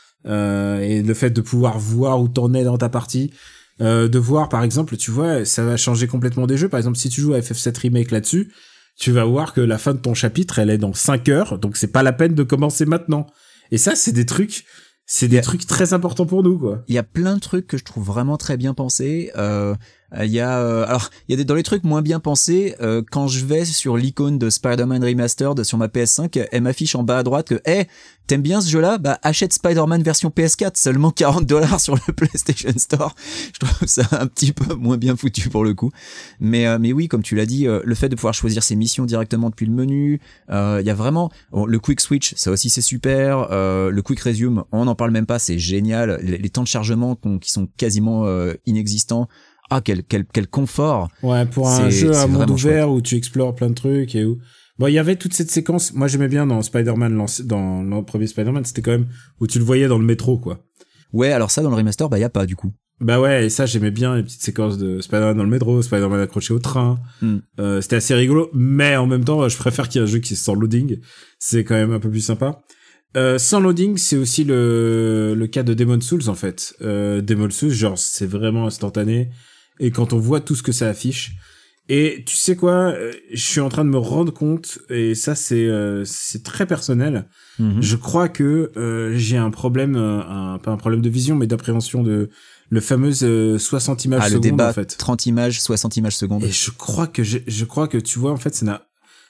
euh, et le fait de pouvoir voir où t'en es dans ta partie, euh, de voir par exemple, tu vois, ça va changer complètement des jeux. Par exemple, si tu joues à F F sept Remake là-dessus, tu vas voir que la fin de ton chapitre, elle est dans cinq heures, donc c'est pas la peine de commencer maintenant. Et ça, c'est des trucs, c'est des Yeah. trucs très importants pour nous, quoi. Il y a plein de trucs que je trouve vraiment très bien pensés. Euh, il y a, euh, alors, il y a des, dans les trucs moins bien pensés, euh, quand je vais sur l'icône de Spider-Man Remastered sur ma P S cinq, elle m'affiche en bas à droite que, hey, t'aimes bien ce jeu-là? Bah, achète Spider-Man version P S quatre, seulement quarante dollars sur le PlayStation Store. Je trouve ça un petit peu moins bien foutu pour le coup. Mais, euh, mais oui, comme tu l'as dit, euh, le fait de pouvoir choisir ses missions directement depuis le menu, euh, il y a vraiment, bon, le Quick Switch, ça aussi c'est super, euh, le Quick Resume, on n'en parle même pas, c'est génial, les, les temps de chargement qu'on- qui sont quasiment euh, inexistants. Ah, quel, quel, quel confort. Ouais, pour un C'est- jeu c'est à monde vraiment ouvert où tu explores plein de trucs et où... Bon, il y avait toute cette séquence, moi j'aimais bien dans Spider-Man, lancé- dans le premier Spider-Man, c'était quand même où tu le voyais dans le métro, quoi. Ouais, alors ça, dans le remaster, bah, y a pas, du coup. Bah ouais, et ça j'aimais bien, les petites séquences de Spider-Man dans le métro, Spider-Man accroché au train. Mm. Euh, c'était assez rigolo, mais en même temps, je préfère qu'il y ait un jeu qui est sans loading. C'est quand même un peu plus sympa. Euh, sans loading, c'est aussi le, le cas de Demon's Souls, en fait. Euh, Demon's Souls, genre, c'est vraiment instantané. Et quand on voit tout ce que ça affiche, et tu sais quoi, euh, je suis en train de me rendre compte, et ça c'est euh, c'est très personnel. Mhm. Je crois que euh, j'ai un problème, euh, un, pas un problème de vision, mais d'appréhension de le fameux euh, soixante images Ah, le secondes débat, en fait. trente images, soixante images secondes. Et je crois que j'ai- je crois que tu vois en fait ça n'a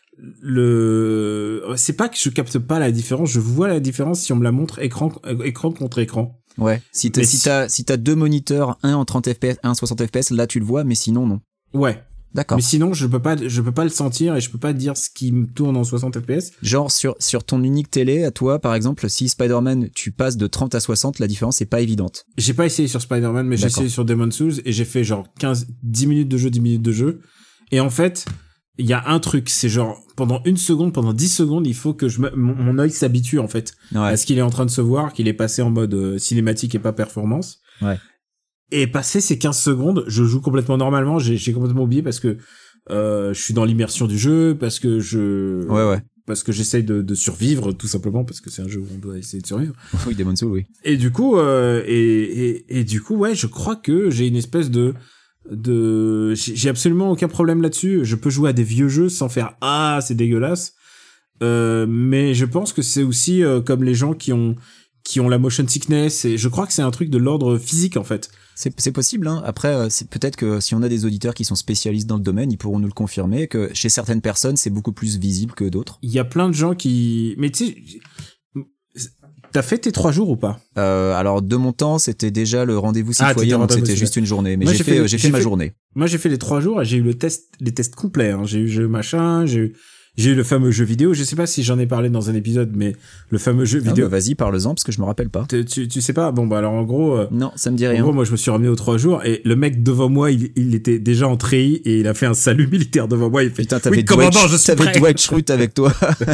le c'est pas que je capte pas la différence, je vois la différence si on me la montre écran euh, écran contre écran. Ouais. Si t'as, Mais si si- t'as, si t'as deux moniteurs, un en trente F P S, un en soixante F P S, là tu le vois, mais sinon non. Ouais. D'accord. Mais sinon, je peux pas, je peux pas le sentir et je peux pas dire ce qui me tourne en soixante F P S. Genre, sur, sur ton unique télé, à toi, par exemple, si Spider-Man, tu passes de trente à soixante, la différence est pas évidente. J'ai pas essayé sur Spider-Man, mais j'ai essayé sur Demon's Souls et j'ai fait genre quinze, dix minutes de jeu, dix minutes de jeu. Et en fait, il y a un truc, c'est genre, pendant une seconde, pendant dix secondes, il faut que je me, mon, mon œil s'habitue, en fait. Ouais. À ce qu'il est en train de se voir, qu'il est passé en mode euh, cinématique et pas performance. Ouais. Et passé ces quinze secondes, je joue complètement normalement, j'ai, j'ai complètement oublié parce que Euh, je suis dans l'immersion du jeu, parce que je, ouais, ouais. parce que j'essaye de, de survivre, tout simplement, parce que c'est un jeu où on doit essayer de survivre. Oui, Demon's Souls, oui. Et du coup, euh, et, et, et du coup, ouais, je crois que j'ai une espèce de, de, j'ai absolument aucun problème là-dessus. Je peux jouer à des vieux jeux sans faire, ah, c'est dégueulasse. Euh, mais je pense que c'est aussi euh, comme les gens qui ont, qui ont la motion sickness, et je crois que c'est un truc de l'ordre physique, en fait. C'est, c'est possible, hein. Après, c'est peut-être que si on a des auditeurs qui sont spécialistes dans le domaine, ils pourront nous le confirmer, que chez certaines personnes, c'est beaucoup plus visible que d'autres. Il y a plein de gens qui, mais tu sais, t'as fait tes trois jours ou pas? Euh, alors, de mon temps, c'était déjà le rendez-vous citoyen, ah, donc c'était juste une journée. Mais moi, j'ai, j'ai fait, fait, j'ai fait j'ai ma fait, journée. Moi, j'ai fait les trois jours et j'ai eu le test, les tests complets, hein. J'ai eu jeu machin, j'ai eu, J'ai eu le fameux jeu vidéo, je sais pas si j'en ai parlé dans un épisode, mais le fameux jeu vidéo. Ah bah vas-y, parle-en, parce que je me rappelle pas. Tu, tu, tu sais pas? Bon, bah alors en gros... Euh, non, ça me dit rien. En gros, moi je me suis ramené aux trois jours, et le mec devant moi, il, il était déjà en treillis, et il a fait un salut militaire devant moi, il fait... Putain, t'avais oui, commandant, je suis prêt. T'avais Dwight Schrute avec toi.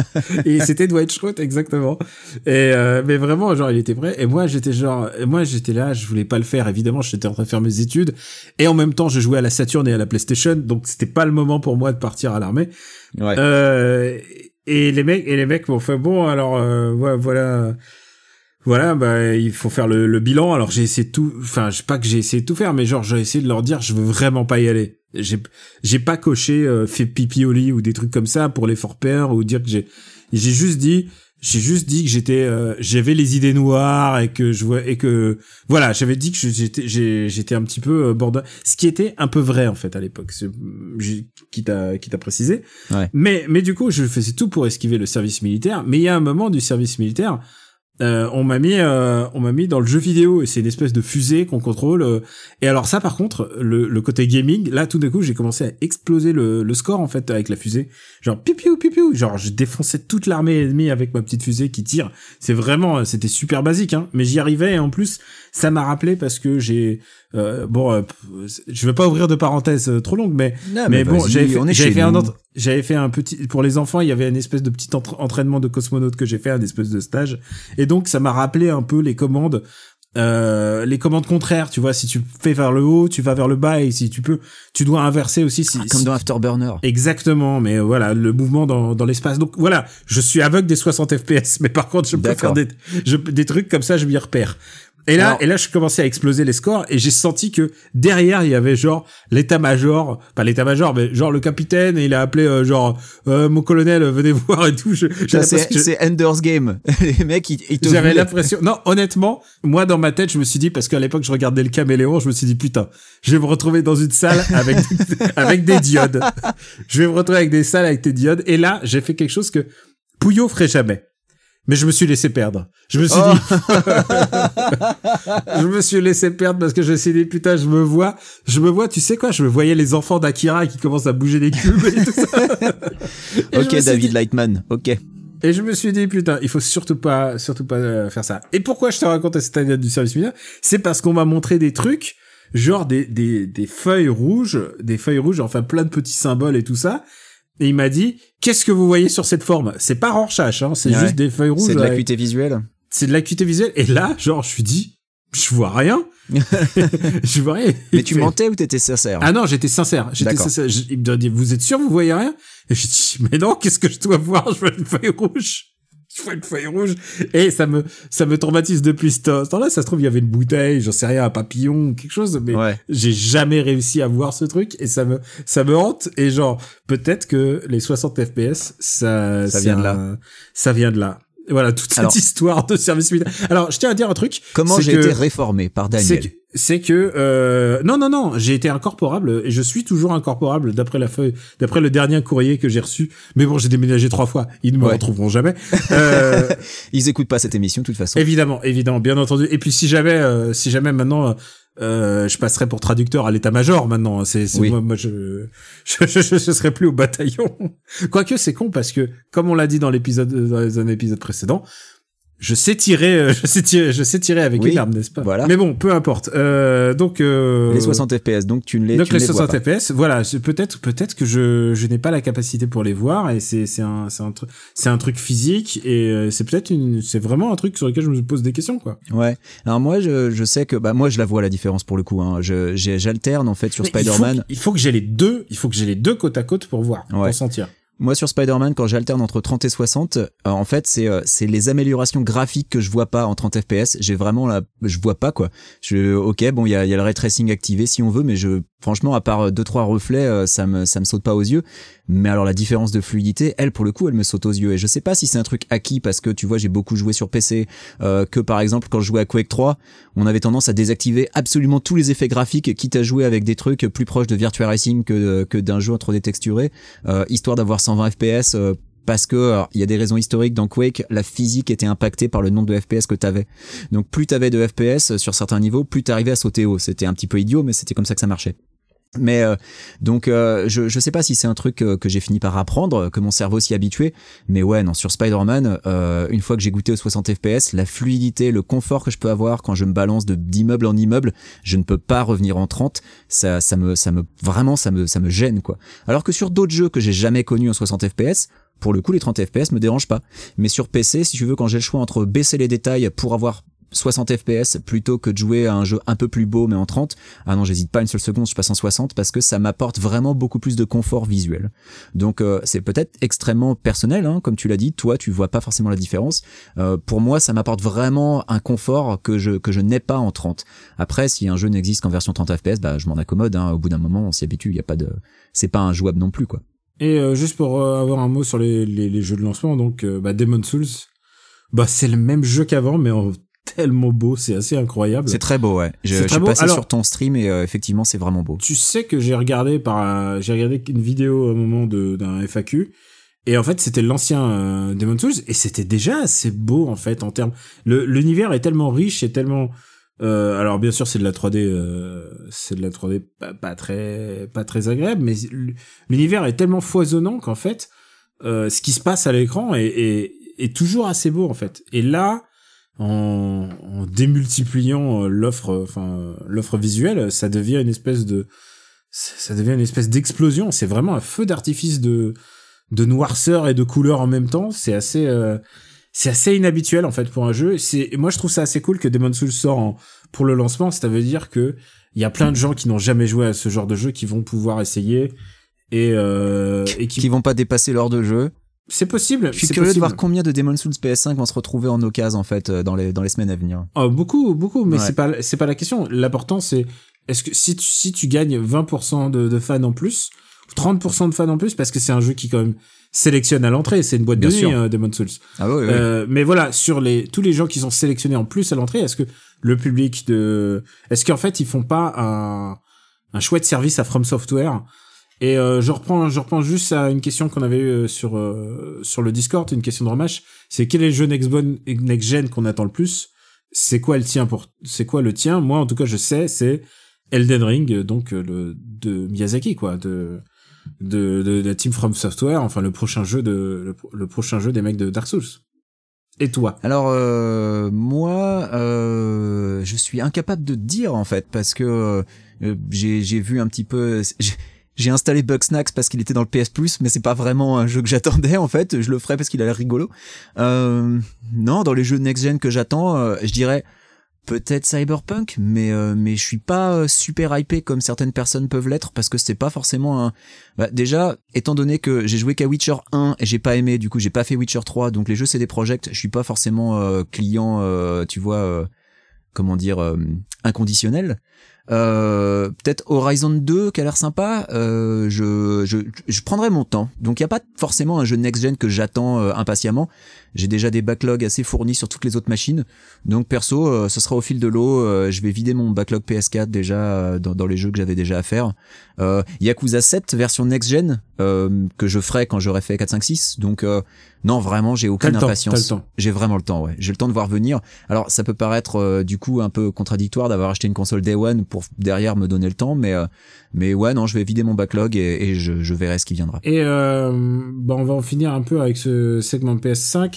Et c'était Dwight Schrute, exactement. Et euh, mais vraiment, genre, il était prêt, et moi j'étais genre... Et moi j'étais là, je voulais pas le faire, évidemment, j'étais en train de faire mes études, et en même temps, je jouais à la Saturn et à la PlayStation, donc c'était pas le moment pour moi de partir à l'armée. Ouais. Euh... Et les mecs, et les mecs m'ont fait bon, alors euh, ouais, voilà, voilà, bah il faut faire le, le bilan. Alors j'ai essayé de tout, enfin, je sais pas que j'ai essayé de tout faire, mais genre j'ai essayé de leur dire, je veux vraiment pas y aller. J'ai, j'ai pas coché euh, fait pipi au lit ou des trucs comme ça pour les forpeurs ou dire que j'ai, j'ai juste dit, j'ai juste dit que j'étais, euh, j'avais les idées noires et que je vois et que voilà, j'avais dit que j'étais, j'ai, j'étais un petit peu euh, border, ce qui était un peu vrai en fait à l'époque, c'est, j'ai, quitte à, quitte à préciser. Ouais. Mais, mais du coup, je faisais tout pour esquiver le service militaire. Mais il y a un moment du service militaire, euh, on m'a mis, euh, on m'a mis dans le jeu vidéo et c'est une espèce de fusée qu'on contrôle. Euh, et alors ça, par contre, le, le côté gaming, là, tout d'un coup, j'ai commencé à exploser le, le score en fait avec la fusée. Genre pipiou pipiou, genre je défonçais toute l'armée ennemie avec ma petite fusée qui tire. C'est vraiment, c'était super basique, hein. Mais j'y arrivais et en plus, ça m'a rappelé parce que j'ai, euh, bon, euh, je vais pas ouvrir de parenthèses euh, trop longues, mais, non, mais, mais bon, j'avais fait, j'avais fait un autre, j'avais fait un petit, pour les enfants, il y avait une espèce de petit entra- entraînement de cosmonaute que j'ai fait, un espèce de stage. Et donc, ça m'a rappelé un peu les commandes, euh, les commandes contraires, tu vois, si tu fais vers le haut, tu vas vers le bas, et si tu peux, tu dois inverser aussi. Si, ah, comme si... dans Afterburner. Exactement, mais voilà, le mouvement dans, dans l'espace. Donc voilà, je suis aveugle des soixante F P S, mais par contre, je peux D'accord. faire des, je, des trucs comme ça, je m'y repère. Et là, Alors, et là, je commençais à exploser les scores et j'ai senti que derrière, il y avait genre l'état-major, pas l'état-major, mais genre le capitaine et il a appelé euh, genre euh, mon colonel, venez voir et tout. Je, ça, c'est, c'est Ender's Game. Les mecs, ils, ils te J'avais voulaient. l'impression. Non, honnêtement, moi dans ma tête, je me suis dit parce qu'à l'époque, je regardais le Caméléon, je me suis dit putain, je vais me retrouver dans une salle avec avec des diodes. Je vais me retrouver avec des salles avec des diodes. Et là, j'ai fait quelque chose que Pouillot ferait jamais. Mais je me suis laissé perdre. Je me suis oh. dit, je me suis laissé perdre parce que je me suis dit, putain, je me vois, je me vois, tu sais quoi, je me voyais les enfants d'Akira qui commencent à bouger les cubes et tout ça. Et ok, David dit, Lightman, ok. Et je me suis dit, putain, il faut surtout pas, surtout pas euh, faire ça. Et pourquoi je te raconte cette anecdote du service militaire? C'est parce qu'on m'a montré des trucs, genre des, des, des feuilles rouges, des feuilles rouges, enfin plein de petits symboles et tout ça. Et il m'a dit, qu'est-ce que vous voyez sur cette forme? C'est pas Rorschach, hein, c'est ouais. juste des feuilles rouges. C'est de l'acuité visuelle. C'est de l'acuité visuelle. Et là, genre, je suis dit, je vois rien. je vois rien. Mais tu fait... mentais ou t'étais sincère? Ah non, j'étais sincère. J'étais D'accord. sincère. Je... Il me dit, vous êtes sûr, vous voyez rien? Et je dis, mais non, qu'est-ce que je dois voir? Je vois une feuille rouge. Je vois une feuille rouge. Et ça me, ça me traumatise depuis ce temps-là. Ça se trouve, il y avait une bouteille, j'en sais rien, un papillon ou quelque chose, mais ouais. j'ai jamais réussi à voir ce truc et ça me, ça me hante. Et genre, peut-être que les soixante F P S, ça, ça vient de là. Ça vient de là. Voilà, toute cette Alors, histoire de service militaire. Alors, je tiens à dire un truc. Comment j'ai que, été réformé par Daniel? C'est que, c'est que euh, non, non, non, j'ai été incorporable et je suis toujours incorporable d'après la feuille, d'après le dernier courrier que j'ai reçu. Mais bon, j'ai déménagé trois fois. Ils ne me ouais. retrouveront jamais. Euh, Ils écoutent pas cette émission, de toute façon. Évidemment, évidemment, bien entendu. Et puis, si jamais, euh, si jamais maintenant, euh, je passerais pour traducteur à l'état-major maintenant. C'est, c'est oui. moi, moi je, je, je, je, je serais plus au bataillon. Quoique c'est con parce que, comme on l'a dit dans l'épisode, dans un épisode précédent, je sais tirer, euh, je sais tirer, je sais tirer avec oui, une arme, n'est-ce pas? Voilà. Mais bon, peu importe. Euh, donc euh, les soixante F P S, donc tu ne les, donc tu les ne les vois soixante pas. F P S, voilà. c'est- Peut-être, peut-être que je, je n'ai pas la capacité pour les voir et c'est, c'est un, c'est un truc, c'est un truc physique et euh, c'est peut-être une, c'est vraiment un truc sur lequel je me pose des questions, quoi. Ouais. Alors moi, je, je sais que, bah moi, je la vois la différence pour le coup. Hein. Je, j'ai, j'alterne en fait sur Mais il faut Spider-Man. que- Il faut que j'ai les deux, il faut que j'ai les deux côte à côte pour voir, Ouais. pour sentir. Moi, sur Spider-Man, quand j'alterne entre trente et soixante, euh, en fait, c'est euh, c'est les améliorations graphiques que je vois pas en trente F P S. J'ai vraiment la, je vois pas quoi. Je, ok, bon, il y a, il y a le ray tracing activé si on veut, mais je, franchement, à part deux trois reflets, euh, ça me, ça me saute pas aux yeux. Mais alors la différence de fluidité, elle, pour le coup, elle me saute aux yeux. Et je sais pas si c'est un truc acquis parce que tu vois, j'ai beaucoup joué sur P C, euh, que par exemple quand je jouais à Quake trois, on avait tendance à désactiver absolument tous les effets graphiques, quitte à jouer avec des trucs plus proches de Virtua Racing que que d'un jeu en trois D texturé, euh, histoire d'avoir cent vingt F P S. Euh, parce que il y a des raisons historiques dans Quake, la physique était impactée par le nombre de F P S que t'avais. Donc plus t'avais de F P S sur certains niveaux, plus t'arrivais à sauter haut. C'était un petit peu idiot, mais c'était comme ça que ça marchait. Mais euh, donc euh, je je sais pas si c'est un truc euh, que j'ai fini par apprendre, que mon cerveau s'y habituait, mais ouais non, sur Spider-Man, euh, une fois que j'ai goûté aux soixante F P S, la fluidité, le confort que je peux avoir quand je me balance de d'immeuble en immeuble, je ne peux pas revenir en trente, ça ça me ça me vraiment ça me ça me gêne quoi. Alors que sur d'autres jeux que j'ai jamais connus en soixante F P S, pour le coup les trente F P S me dérangent pas. Mais sur P C, si tu veux, quand j'ai le choix entre baisser les détails pour avoir soixante F P S plutôt que de jouer à un jeu un peu plus beau mais en trente, ah non, j'hésite pas une seule seconde, je passe en soixante parce que ça m'apporte vraiment beaucoup plus de confort visuel. Donc euh, c'est peut-être extrêmement personnel, hein, comme tu l'as dit, toi tu vois pas forcément la différence. Euh, pour moi ça m'apporte vraiment un confort que je que je n'ai pas en trente. Après si un jeu n'existe qu'en version trente F P S, bah je m'en accommode, hein, au bout d'un moment on s'y habitue, il y a pas de, c'est pas injouable non plus quoi. Et euh, juste pour euh, avoir un mot sur les, les, les jeux de lancement, donc euh, bah, Demon's Souls, bah c'est le même jeu qu'avant, mais en tellement beau, c'est assez incroyable. C'est très beau, ouais. Je, C'est très j'ai beau. passé Alors, sur ton stream et euh, effectivement c'est vraiment beau. Tu sais que j'ai regardé par, euh, j'ai regardé une vidéo à un moment de d'un F A Q. Et en fait, c'était l'ancien euh, Demon's Souls et c'était déjà assez beau en fait en termes. Le l'univers est tellement riche et tellement. Euh, alors bien sûr, c'est de la trois D, euh, c'est de la trois D pas, pas très pas très agréable, mais l'univers est tellement foisonnant qu'en fait, euh, ce qui se passe à l'écran est, est est toujours assez beau en fait. Et là, en, en démultipliant l'offre, enfin l'offre visuelle, ça devient une espèce de, ça devient une espèce d'explosion. C'est vraiment un feu d'artifice de de noirceur et de couleur en même temps. C'est assez, euh, c'est assez inhabituel en fait pour un jeu. C'est, moi je trouve ça assez cool que Demon's Souls sort en, pour le lancement. Ça veut dire que il y a plein de gens qui n'ont jamais joué à ce genre de jeu qui vont pouvoir essayer et euh, et qui, qui vont pas dépasser l'heure de jeu. C'est possible. Je suis c'est curieux possible. de voir combien de Demon's Souls P S cinq vont se retrouver en occasion en fait dans les dans les semaines à venir. Oh, beaucoup, beaucoup, mais Ouais. c'est pas c'est pas la question. L'important c'est est-ce que si tu si tu gagnes vingt pour cent de, de fans en plus, ou trente pour cent de fans en plus, parce que c'est un jeu qui quand même sélectionne à l'entrée, c'est une boîte Bien de nuit, sûr. hein, Demon's Souls. Ah oui, oui. Euh, mais voilà, sur les tous les gens qui sont sélectionnés en plus à l'entrée, est-ce que le public de, est-ce qu'en fait ils font pas un un chouette service à From Software? Et euh, je reprends, je reprends juste à une question qu'on avait eue sur euh, sur le Discord, une question de Ramache. C'est quel est le jeu next next gen qu'on attend le plus? C'est quoi le tien pour? C'est quoi le tien? Moi, en tout cas, je sais, c'est Elden Ring, donc euh, le de Miyazaki, quoi, de de de, de la team From Software, enfin le prochain jeu de le, le prochain jeu des mecs de Dark Souls. Et toi? Alors euh, moi, euh, je suis incapable de te dire en fait parce que euh, j'ai j'ai vu un petit peu. J'ai, J'ai installé Bugsnax parce qu'il était dans le P S Plus, mais c'est pas vraiment un jeu que j'attendais en fait. Je le ferai parce qu'il a l'air rigolo. Euh, non, dans les jeux next-gen que j'attends, euh, je dirais peut-être Cyberpunk, mais euh, mais je suis pas super hypé comme certaines personnes peuvent l'être parce que c'est pas forcément un. Bah, déjà, étant donné que j'ai joué qu'à Witcher un et j'ai pas aimé, du coup j'ai pas fait Witcher trois, donc les jeux C D Projekt, je suis pas forcément euh, client, euh, tu vois, euh, comment dire, euh, inconditionnel. Euh, peut-être Horizon deux qui a l'air sympa. Euh, je, je, je prendrai mon temps. Donc il y a pas forcément un jeu next-gen que j'attends euh, impatiemment. J'ai déjà des backlogs assez fournis sur toutes les autres machines. Donc perso, euh, ce sera au fil de l'eau. Euh, je vais vider mon backlog P S quatre déjà euh, dans, dans les jeux que j'avais déjà à faire. Euh, Yakuza sept version next-gen. euh, que je ferai quand j'aurai fait quatre, cinq, six. Donc euh, non, vraiment, j'ai aucune t'as impatience. Le temps, t'as le temps. J'ai vraiment le temps, ouais. J'ai le temps de voir venir. Alors, ça peut paraître euh, du coup un peu contradictoire d'avoir acheté une console Day One pour derrière me donner le temps, mais euh, mais ouais, non, je vais vider mon backlog et, et je, je verrai ce qui viendra. Et euh, bah on va en finir un peu avec ce segment P S cinq.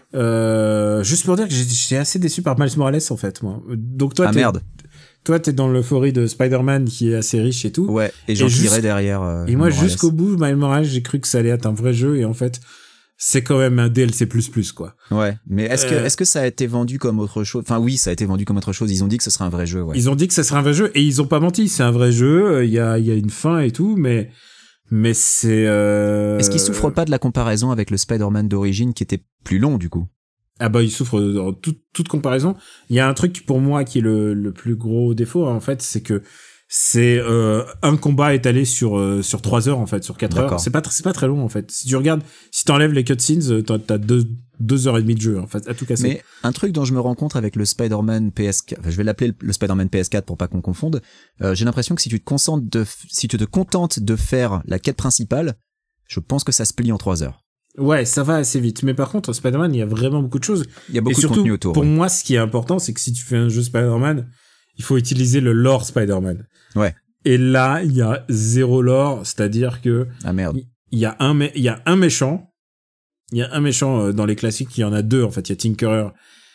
Euh, juste pour dire que j'étais assez déçu par Miles Morales en fait, moi. Donc toi, ah t'es, merde. Toi, t'es dans l'euphorie de Spider-Man qui est assez riche et tout. Ouais. Et j'en tirais derrière. Euh, et moi, Morales. jusqu'au bout, Miles Morales, j'ai cru que ça allait être un vrai jeu et en fait, c'est quand même un D L C plus plus quoi. Ouais. Mais est-ce euh... que est-ce que ça a été vendu comme autre chose? Enfin oui, ça a été vendu comme autre chose. Ils ont dit que ce serait un vrai jeu. Ouais. Ils ont dit que ça serait un vrai jeu et ils ont pas menti. C'est un vrai jeu. Il y a il y a une fin et tout, mais mais c'est. Euh... Est-ce qu'ils souffrent pas de la comparaison avec le Spider-Man d'origine qui était plus long du coup? Ah bah il souffre de toute, toute comparaison. Il y a un truc pour moi qui est le, le plus gros défaut en fait, c'est que c'est euh, un combat étalé sur euh, sur trois heures en fait, sur quatre D'accord. heures. C'est pas c'est pas très long en fait. Si tu regardes, si t'enlèves les cutscenes, t'as, t'as deux deux heures et demie de jeu en fait, à tout casser. Mais un truc dont je me rends compte avec le Spider-Man P S quatre, enfin, je vais l'appeler le Spider-Man P S quatre pour pas qu'on confonde. Euh, j'ai l'impression que si tu te concentres de, si tu te contentes de faire la quête principale, je pense que ça se plie en trois heures. Ouais, ça va assez vite. Mais par contre, Spider-Man, il y a vraiment beaucoup de choses. Il y a beaucoup et surtout, de contenu autour. Pour ouais. moi, ce qui est important, c'est que si tu fais un jeu Spider-Man, il faut utiliser le lore Spider-Man. Ouais. Et là, il y a zéro lore, c'est-à-dire que ah merde. Il y a un il y a un méchant. Il y a un méchant dans les classiques, il y en a deux en fait, il y a Tinkerer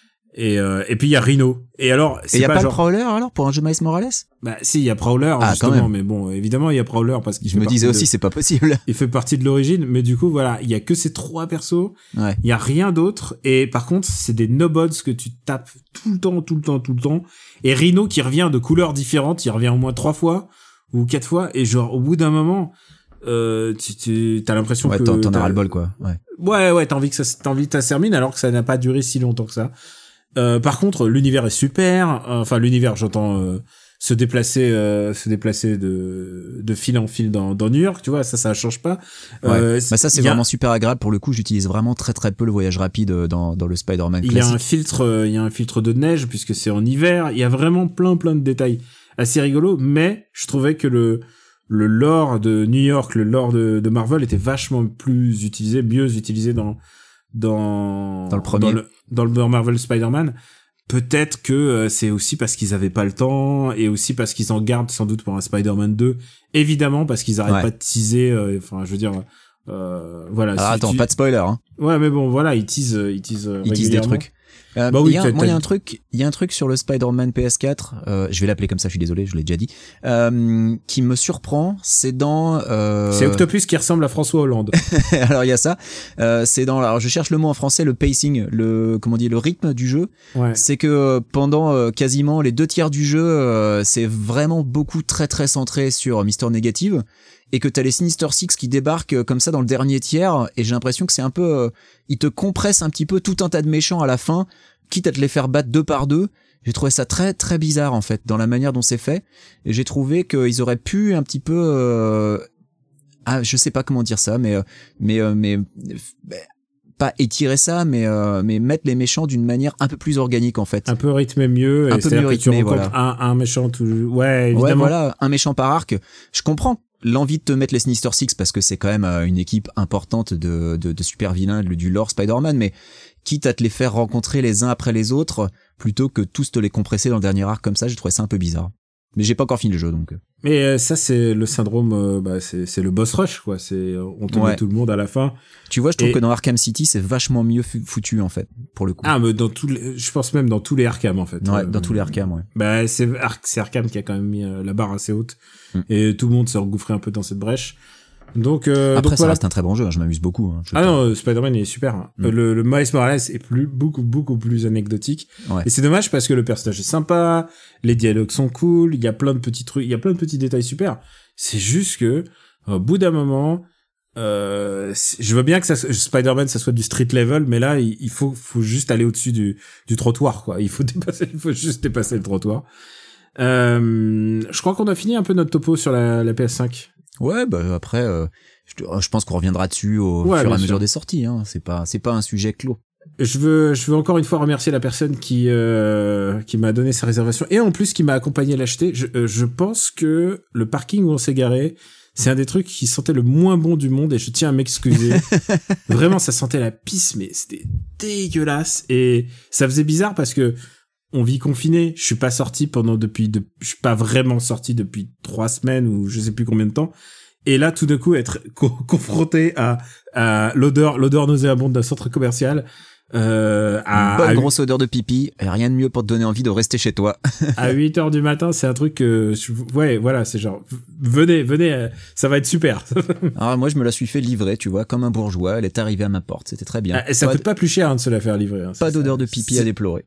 et euh, et puis il y a Rhino. Et alors, c'est et il y a pas, pas genre... le Prowler alors pour un jeu Miles Morales? Bah si, il y a Prowler ah, justement, mais bon, évidemment, il y a Prowler parce qu'il Je me disais aussi de... c'est pas possible. Il fait partie de l'origine, mais du coup voilà, il y a que ces trois persos. Ouais. Il y a rien d'autre et par contre, c'est des nobods que tu tapes tout le temps, tout le temps, tout le temps. Et Rhino qui revient de couleurs différentes, il revient au moins trois fois ou quatre fois et genre au bout d'un moment euh tu, tu t'as l'impression ouais, que t'en, t'en as ras le bol quoi. Ouais. Ouais ouais, t'as envie que ça t'as envie que ça se termine alors que ça n'a pas duré si longtemps que ça. Euh, par contre, l'univers est super. Enfin, l'univers, j'entends euh, se déplacer, euh, se déplacer de de fil en fil dans, dans New York. Tu vois, ça, ça change pas. Ouais. Euh, bah ça, c'est a... vraiment super agréable. Pour le coup, j'utilise vraiment très très peu le voyage rapide dans dans le Spider-Man classique. Il y a un filtre, euh, il y a un filtre de neige puisque c'est en hiver. Il y a vraiment plein plein de détails assez rigolos. Mais je trouvais que le le lore de New York, le lore de, de Marvel était vachement plus utilisé, mieux utilisé dans dans dans le premier. Dans le, dans le Marvel Spider-Man. Peut-être que euh, c'est aussi parce qu'ils avaient pas le temps et aussi parce qu'ils en gardent sans doute pour un Spider-Man deux. Évidemment parce qu'ils arrêtent ouais. pas de teaser. Enfin, euh, je veux dire, euh, voilà. Alors si attends, tu... pas de spoiler. Hein. Ouais, mais bon, voilà, ils teasent, ils teasent. Ils teasent des trucs. Euh, bah oui, y a, moi, il y a un truc, il y a un truc sur le Spider-Man P S quatre, euh, je vais l'appeler comme ça, je suis désolé, je l'ai déjà dit, euh, qui me surprend, c'est dans... Euh... C'est Octopus qui ressemble à François Hollande. Alors il y a ça, euh, c'est dans... Alors je cherche le mot en français, le pacing, le comment on dit, le rythme du jeu. Ouais. C'est que pendant euh, quasiment les deux tiers du jeu, euh, c'est vraiment beaucoup très très centré sur Mister Negative. Et que t'as les Sinister Six qui débarquent comme ça dans le dernier tiers, et j'ai l'impression que c'est un peu, euh, ils te compressent un petit peu tout un tas de méchants à la fin, quitte à te les faire battre deux par deux. J'ai trouvé ça très très bizarre en fait, dans la manière dont c'est fait, et j'ai trouvé qu'ils auraient pu un petit peu, euh, ah, je sais pas comment dire ça, mais mais mais, mais pas étirer ça, mais euh, mais mettre les méchants d'une manière un peu plus organique en fait. Un peu rythmé mieux, un et peu mieux rythmé, voilà. Un, un méchant tout, ouais, évidemment. Ouais, voilà, un méchant par arc. Je comprends l'envie de te mettre les Sinister Six parce que c'est quand même une équipe importante de, de, de super vilains du lore Spider-Man, mais quitte à te les faire rencontrer les uns après les autres plutôt que tous te les compresser dans le dernier arc comme ça, j'ai trouvé ça un peu bizarre. Mais j'ai pas encore fini le jeu donc. Mais euh, ça c'est le syndrome, euh, bah c'est c'est le boss rush quoi. C'est on te ouais. met tout le monde à la fin. Tu vois, je trouve et... que dans Arkham City c'est vachement mieux foutu en fait pour le coup. Ah mais dans tous les, je pense même dans tous les Arkham en fait. Ouais, euh, dans tous les Arkham ouais. Bah c'est Ar- c'est Arkham qui a quand même mis euh, la barre assez haute mm. et tout le monde s'est engouffré un peu dans cette brèche. Donc euh, après donc, ça voilà. reste un très bon jeu, hein, je m'amuse beaucoup. Hein, ah non, euh, Spider-Man il est super. Hein. Mm. Euh, le, le Miles Morales est plus beaucoup beaucoup plus anecdotique. Ouais. Et c'est dommage parce que le personnage est sympa, les dialogues sont cool, il y a plein de petits trucs, il y a plein de petits détails super. C'est juste que au bout d'un moment, euh, je veux bien que ça, Spider-Man ça soit du street level, mais là il, il faut faut juste aller au-dessus du du trottoir quoi. Il faut dépasser, il faut juste dépasser le trottoir. Euh, je crois qu'on a fini un peu notre topo sur la, la P S cinq. Ouais, bah après, euh, je, je pense qu'on reviendra dessus au ouais, fur et à mesure sûr. des sorties. Hein. C'est pas, c'est pas un sujet clos. Je veux, je veux encore une fois remercier la personne qui euh, qui m'a donné sa réservation et en plus qui m'a accompagné à l'acheter. Je, euh, je pense que le parking où on s'est garé, c'est un des trucs qui sentait le moins bon du monde et je tiens à m'excuser. Vraiment, ça sentait la pisse, mais c'était dégueulasse et ça faisait bizarre parce que on vit confiné. Je suis pas sorti pendant depuis, de, je suis pas vraiment sorti depuis trois semaines ou je sais plus combien de temps. Et là, tout d'un coup, être co- confronté à, à l'odeur, l'odeur nauséabonde d'un centre commercial, euh, à, Une bonne à grosse odeur de pipi, et rien de mieux pour te donner envie de rester chez toi. à huit heures du matin, c'est un truc que, je, ouais, voilà, c'est genre, venez, venez, euh, ça va être super. Alors moi, je me la suis fait livrer, tu vois, comme un bourgeois. Elle est arrivée à ma porte, c'était très bien. Ah, et ça pas coûte pas plus cher hein, de se la faire livrer. Hein, pas ça, d'odeur ça, de pipi c'est... à déplorer.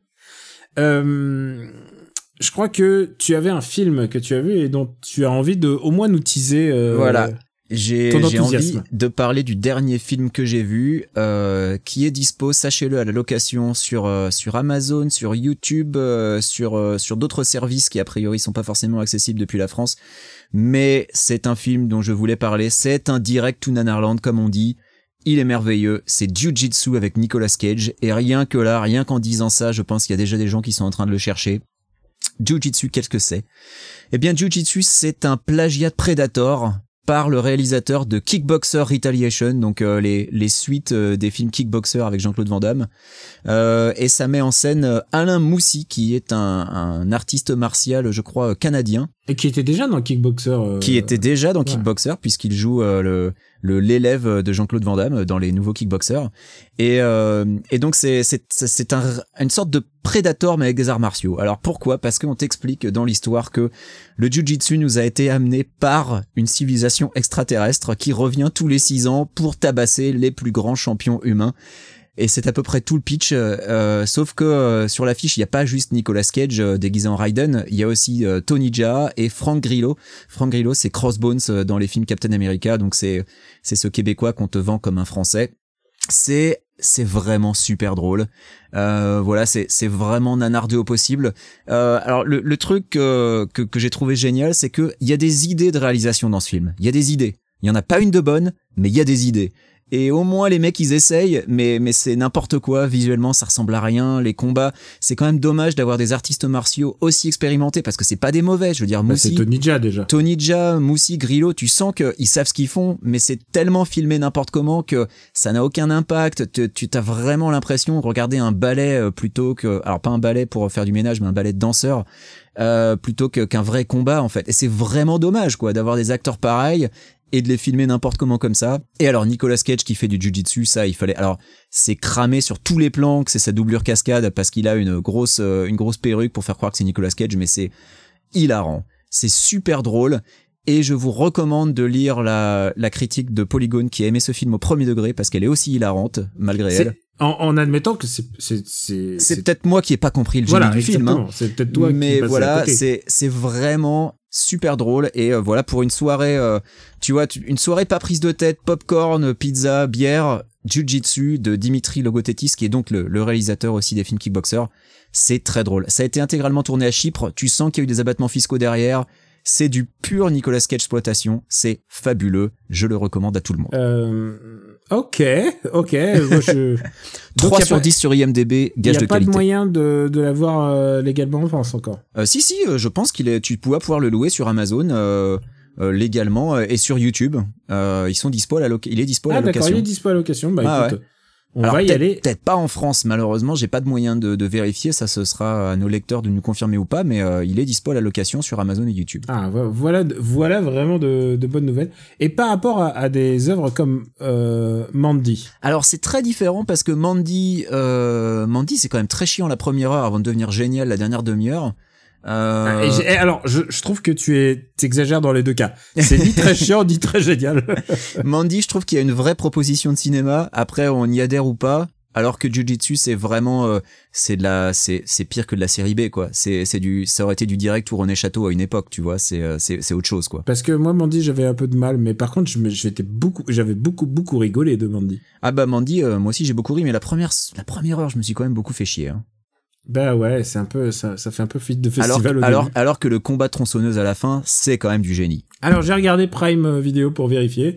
Euh, je crois que tu avais un film que tu as vu et dont tu as envie de au moins nous teaser. Euh, Voilà. J'ai, ton j'ai envie enthousiasme. de parler du dernier film que j'ai vu, euh, qui est dispo, sachez-le, à la location sur euh, sur Amazon, sur YouTube, euh, sur euh, sur d'autres services qui a priori sont pas forcément accessibles depuis la France. Mais c'est un film dont je voulais parler. C'est un direct to Nanarland, comme on dit. Il est merveilleux. C'est Jiu-Jitsu avec Nicolas Cage. Et rien que là, rien qu'en disant ça, je pense qu'il y a déjà des gens qui sont en train de le chercher. Jiu-Jitsu, qu'est-ce que c'est ? Eh bien, Jiu-Jitsu, c'est un plagiat de Predator par le réalisateur de Kickboxer Retaliation, donc euh, les les suites euh, des films Kickboxer avec Jean-Claude Van Damme. Euh, et ça met en scène euh, Alain Moussy, qui est un, un artiste martial, je crois, euh, canadien. Et qui était déjà dans Kickboxer. Euh... Qui était déjà dans ouais. Kickboxer, puisqu'il joue euh, le le l'élève de Jean-Claude Van Damme dans les nouveaux Kickboxer. Et euh, et donc c'est c'est c'est un une sorte de Predator mais avec des arts martiaux. Alors pourquoi ? Parce qu'on t'explique dans l'histoire que le Jiu-Jitsu nous a été amené par une civilisation extraterrestre qui revient tous les six ans pour tabasser les plus grands champions humains. Et c'est à peu près tout le pitch, euh, sauf que euh, sur l'affiche, il n'y a pas juste Nicolas Cage euh, déguisé en Raiden, il y a aussi euh, Tony Jaa et Frank Grillo. Frank Grillo, c'est Crossbones euh, dans les films Captain America, donc c'est c'est ce Québécois qu'on te vend comme un Français. C'est c'est vraiment super drôle. Euh, voilà, c'est c'est vraiment nanardeux au possible. Euh, alors le le truc euh, que que j'ai trouvé génial, c'est que il y a des idées de réalisation dans ce film. Il y a des idées. Il y en a pas une de bonne, mais il y a des idées. Et au moins les mecs ils essayent, mais mais c'est n'importe quoi, visuellement ça ressemble à rien, les combats, c'est quand même dommage d'avoir des artistes martiaux aussi expérimentés parce que c'est pas des mauvais, je veux dire bah, Moussy, c'est Tony Jaa déjà. Tony Jaa, Moussy, Grillo, tu sens qu'ils savent ce qu'ils font, mais c'est tellement filmé n'importe comment que ça n'a aucun impact, tu, tu t'as vraiment l'impression de regarder un ballet plutôt que, alors pas un ballet pour faire du ménage, mais un ballet de danseurs, euh, plutôt que, qu'un vrai combat en fait. Et c'est vraiment dommage quoi d'avoir des acteurs pareils et de les filmer n'importe comment comme ça. Et alors Nicolas Cage qui fait du jiu-jitsu, ça il fallait, alors c'est cramé sur tous les plans que c'est sa doublure cascade parce qu'il a une grosse euh, une grosse perruque pour faire croire que c'est Nicolas Cage, mais c'est hilarant, c'est super drôle. Et je vous recommande de lire la la critique de Polygone qui a aimé ce film au premier degré parce qu'elle est aussi hilarante malgré c'est, elle. En, en admettant que c'est c'est c'est, c'est, c'est peut-être moi qui ai pas compris le génie voilà, du film, hein. C'est peut-être toi mais qui passe voilà, à côté. c'est c'est vraiment super drôle et euh, voilà pour une soirée, euh, tu vois, tu, une soirée pas prise de tête, popcorn, pizza, bière, Jiu-Jitsu de Dimitri Logothetis qui est donc le, le réalisateur aussi des films Kickboxer. C'est très drôle. Ça a été intégralement tourné à Chypre. Tu sens qu'il y a eu des abattements fiscaux derrière. C'est du pur Nicolas Cage exploitation. C'est fabuleux. Je le recommande à tout le monde. Euh, ok, ok. Moi, je... trois sur dix sur I M D B, gage de qualité. Il n'y a pas de moyen de, de l'avoir euh, légalement en France encore. Euh, si, si, euh, je pense qu'il est, tu pourras pouvoir le louer sur Amazon euh, euh, légalement euh, et sur YouTube. Euh, ils sont dispo à la loca- il est dispo à ah, la location. Ah d'accord, il est dispo à la location. Bah ah, écoute, ouais. on Alors, va y peut-être, aller. Peut-être pas en France, malheureusement, j'ai pas de moyen de, de vérifier. Ça, ce sera à nos lecteurs de nous confirmer ou pas, mais euh, il est dispo à la location sur Amazon et YouTube. Ah, voilà, voilà vraiment de, de bonnes nouvelles. Et par rapport à, à des œuvres comme euh, Mandy. Alors c'est très différent parce que Mandy, euh, Mandy, c'est quand même très chiant la première heure avant de devenir génial la dernière demi-heure. Euh... Et et alors, je, je trouve que tu es, t'exagères dans les deux cas. C'est ni très chiant, ni très génial. Mandy, je trouve qu'il y a une vraie proposition de cinéma. Après, on y adhère ou pas. Alors que Jiu-Jitsu, c'est vraiment, euh, c'est de la, c'est, c'est pire que de la série B, quoi. C'est, c'est du, ça aurait été du direct ou René Château à une époque, tu vois. C'est, euh, c'est, c'est autre chose, quoi. Parce que moi, Mandy, j'avais un peu de mal, mais par contre, je me, j'étais beaucoup, j'avais beaucoup, beaucoup rigolé de Mandy. Ah bah Mandy, euh, moi aussi j'ai beaucoup ri, mais la première, la première heure, je me suis quand même beaucoup fait chier. Hein. Bah ouais, c'est un peu, ça, ça fait un peu fit de festival alors, au alors, début. alors que le combat de tronçonneuse à la fin, c'est quand même du génie. Alors j'ai regardé Prime Video pour vérifier.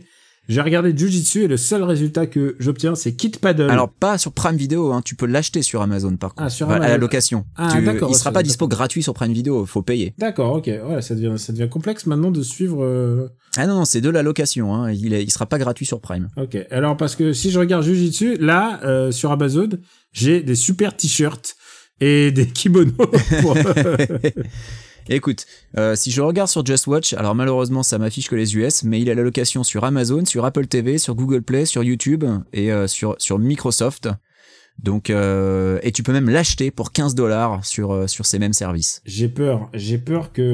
J'ai regardé Jujutsu et le seul résultat que j'obtiens, c'est Kid Paddle. Alors pas sur Prime Video, hein. Tu peux l'acheter sur Amazon par contre. Ah, sur Enfin, Amazon. à la location. Ah, tu... d'accord. Il sera ça, pas dispo d'accord. gratuit sur Prime Video, faut payer. D'accord, ok. Ouais, ça devient, ça devient complexe maintenant de suivre. Euh... Ah non, non, c'est de la location. Hein. Il, est, il sera pas gratuit sur Prime. Ok. Alors parce que si je regarde Jujutsu, là, euh, sur Amazon, j'ai des super t-shirts et des kimonos. Pour... Écoute, euh, si je regarde sur Just Watch, alors malheureusement ça m'affiche que les U S, mais il est à la location sur Amazon, sur Apple T V, sur Google Play, sur YouTube et euh, sur sur Microsoft. Donc euh, et tu peux même l'acheter pour quinze dollars sur euh, sur ces mêmes services. J'ai peur, j'ai peur que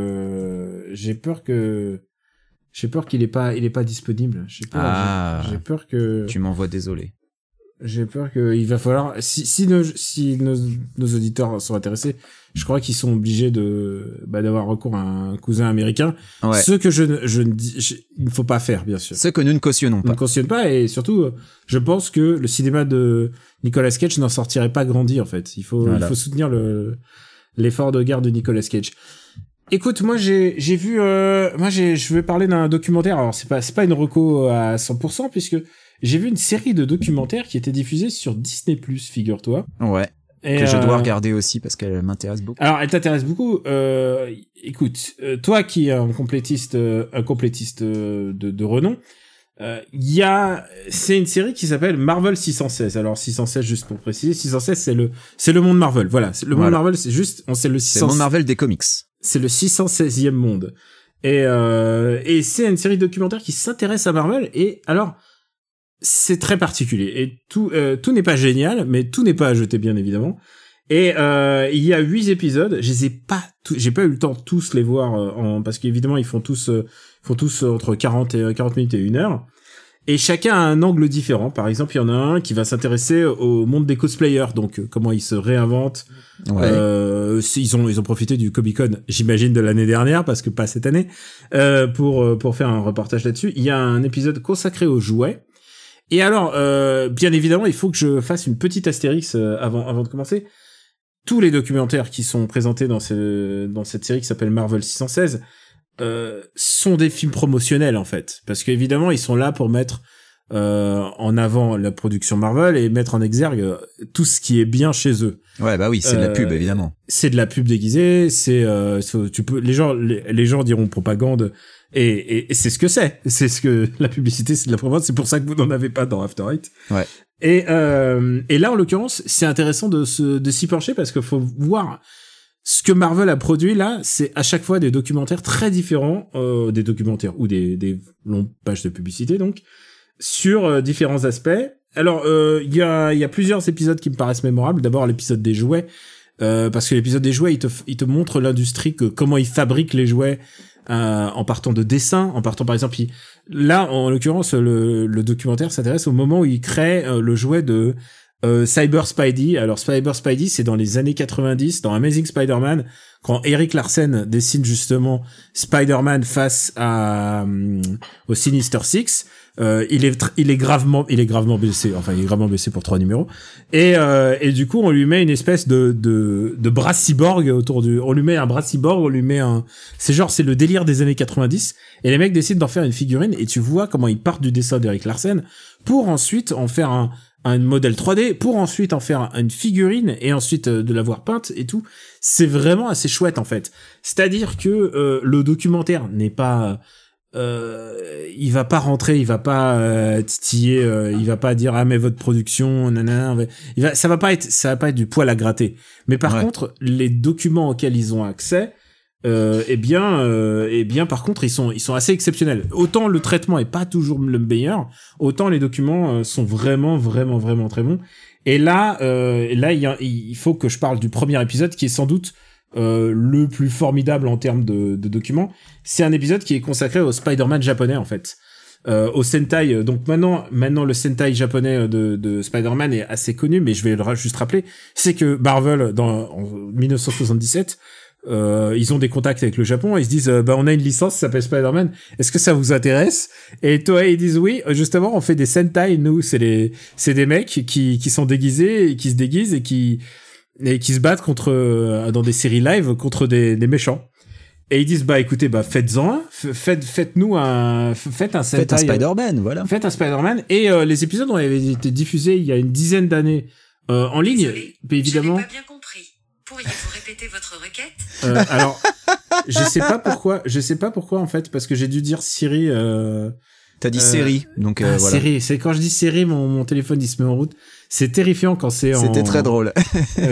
euh, j'ai peur que j'ai peur qu'il est pas il est pas disponible. J'ai peur, Ah. j'ai, j'ai peur que Tu m'envoies désolé. J'ai peur qu'il va falloir si si nos si nos, nos auditeurs sont intéressés, je crois qu'ils sont obligés de bah, d'avoir recours à un cousin américain. Ouais. Ce que je ne je ne dis je- il ne faut pas faire bien sûr. Ce que nous ne cautionnons On pas. ne cautionne pas et surtout euh, je pense que le cinéma de Nicolas Cage n'en sortirait pas grandi en fait. Il faut Voilà. il faut soutenir le l'effort de guerre de Nicolas Cage. Écoute, moi j'ai j'ai vu euh, moi j'ai je vais parler d'un documentaire. Alors c'est pas c'est pas une reco à cent pour cent puisque j'ai vu une série de documentaires qui était diffusée sur Disney+, figure-toi. Ouais. Et Que je euh, dois regarder aussi parce qu'elle m'intéresse beaucoup. Alors, elle t'intéresse beaucoup. Euh, écoute, euh, toi qui es un complétiste, euh, un complétiste euh, de, de renom, il euh, y a, c'est une série qui s'appelle Marvel six cent seize. Alors six cent seize, juste pour préciser, six cent seize, c'est le, c'est le monde Marvel. Voilà, c'est, le monde Voilà. Marvel, c'est juste, on c'est le six C'est cent. le monde Marvel des comics. C'est le six cent seizième monde. Et euh, et c'est une série documentaire qui s'intéresse à Marvel. Et alors. C'est très particulier et tout euh, tout n'est pas génial, mais tout n'est pas à jeter bien évidemment. Et euh, il y a huit épisodes, je les ai pas tous, j'ai pas eu le temps de tous les voir euh, en parce qu'évidemment ils font tous euh, font tous entre quarante et quarante minutes et une heure. Et chacun a un angle différent. Par exemple, il y en a un qui va s'intéresser au monde des cosplayers, donc euh, comment ils se réinventent. Ouais. Euh, ils ont ils ont profité du Comic-Con, j'imagine de l'année dernière parce que pas cette année, euh, pour pour faire un reportage là-dessus. Il y a un épisode consacré aux jouets. Et alors, euh, bien évidemment, il faut que je fasse une petite astérix euh, avant avant de commencer. Tous les documentaires qui sont présentés dans ce dans cette série qui s'appelle Marvel six cent seize euh, sont des films promotionnels en fait, parce qu'évidemment ils sont là pour mettre euh, en avant la production Marvel et mettre en exergue euh, tout ce qui est bien chez eux. Ouais, bah oui, c'est de la Euh, pub évidemment. C'est de la pub déguisée, c'est euh, c'est- tu peux les gens les, les gens diront propagande et, et, et c'est ce que c'est, c'est ce que la publicité, c'est de la propagande, c'est pour ça que vous n'en avez pas dans After Eight. Ouais. Et euh, et là en l'occurrence, c'est intéressant de se de s'y pencher parce qu'il faut voir ce que Marvel a produit là, c'est à chaque fois des documentaires très différents, euh, des documentaires ou des des longues pages de publicité donc sur euh, différents aspects. Alors euh, il y a il y a plusieurs épisodes qui me paraissent mémorables. D'abord l'épisode des jouets. Euh, parce que l'épisode des jouets, il te, il te montre l'industrie, que comment ils fabriquent les jouets euh, en partant de dessins, en partant par exemple, il, là en l'occurrence le, le documentaire s'intéresse au moment où ils créent euh, le jouet de euh, Cyber Spidey. Alors Cyber Spidey, c'est dans les années quatre-vingt-dix, dans Amazing Spider-Man, quand Eric Larsen dessine justement Spider-Man face à euh, au Sinister Six. Euh, il est tr- il est gravement il est gravement blessé, enfin il est gravement blessé pour trois numéros et euh, et du coup on lui met une espèce de de de bras cyborg autour du on lui met un bras cyborg, on lui met un c'est genre c'est le délire des années quatre-vingt-dix et les mecs décident d'en faire une figurine et tu vois comment ils partent du dessin d'Eric Larsen pour ensuite en faire un un modèle trois D pour ensuite en faire une figurine et ensuite euh, de l'avoir peinte et tout. C'est vraiment assez chouette en fait. C'est-à-dire que euh, le documentaire n'est pas euh, il va pas rentrer, il va pas euh, titiller, euh, il va pas dire ah mais votre production, nanana, il va, ça va pas être, ça va pas être du poil à gratter. Mais par Ouais. contre, les documents auxquels ils ont accès, euh, eh bien, euh, eh bien, par contre, ils sont, ils sont assez exceptionnels. Autant le traitement est pas toujours le meilleur, autant les documents euh, sont vraiment, vraiment, vraiment très bons. Et là, euh, là, il, y a, il faut que je parle du premier épisode qui est sans doute Euh, le plus formidable en termes de, de documents. C'est un épisode qui est consacré au Spider-Man japonais en fait, euh, au Sentai. Donc maintenant, maintenant le Sentai japonais de, de Spider-Man est assez connu, mais je vais le ra- juste rappeler, c'est que Marvel dans en dix-neuf cent soixante-dix-sept, euh, ils ont des contacts avec le Japon et ils se disent euh, bah on a une licence qui s'appelle Spider-Man, est-ce que ça vous intéresse? Et Toei ils disent oui, justement on fait des Sentai, nous c'est les c'est des mecs qui qui sont déguisés et qui se déguisent et qui et qui se battent contre euh, dans des séries live contre des, des méchants. Et ils disent bah écoutez bah faites-en un, faites faites-nous un faites un faites un Spider-Man, voilà. Faites un Spider-Man et euh, les épisodes ont été diffusés il y a une dizaine d'années euh, en ligne. Désolé, mais évidemment. Je n'ai pas bien compris. Pourriez-vous répéter votre requête? euh, Alors, je sais pas pourquoi, je sais pas pourquoi en fait parce que j'ai dû dire Siri. Euh, T'as dit euh, série, donc euh, ah, voilà. Série, c'est quand je dis série, mon mon téléphone il se met en route. C'est terrifiant quand c'est en. C'était très drôle. euh,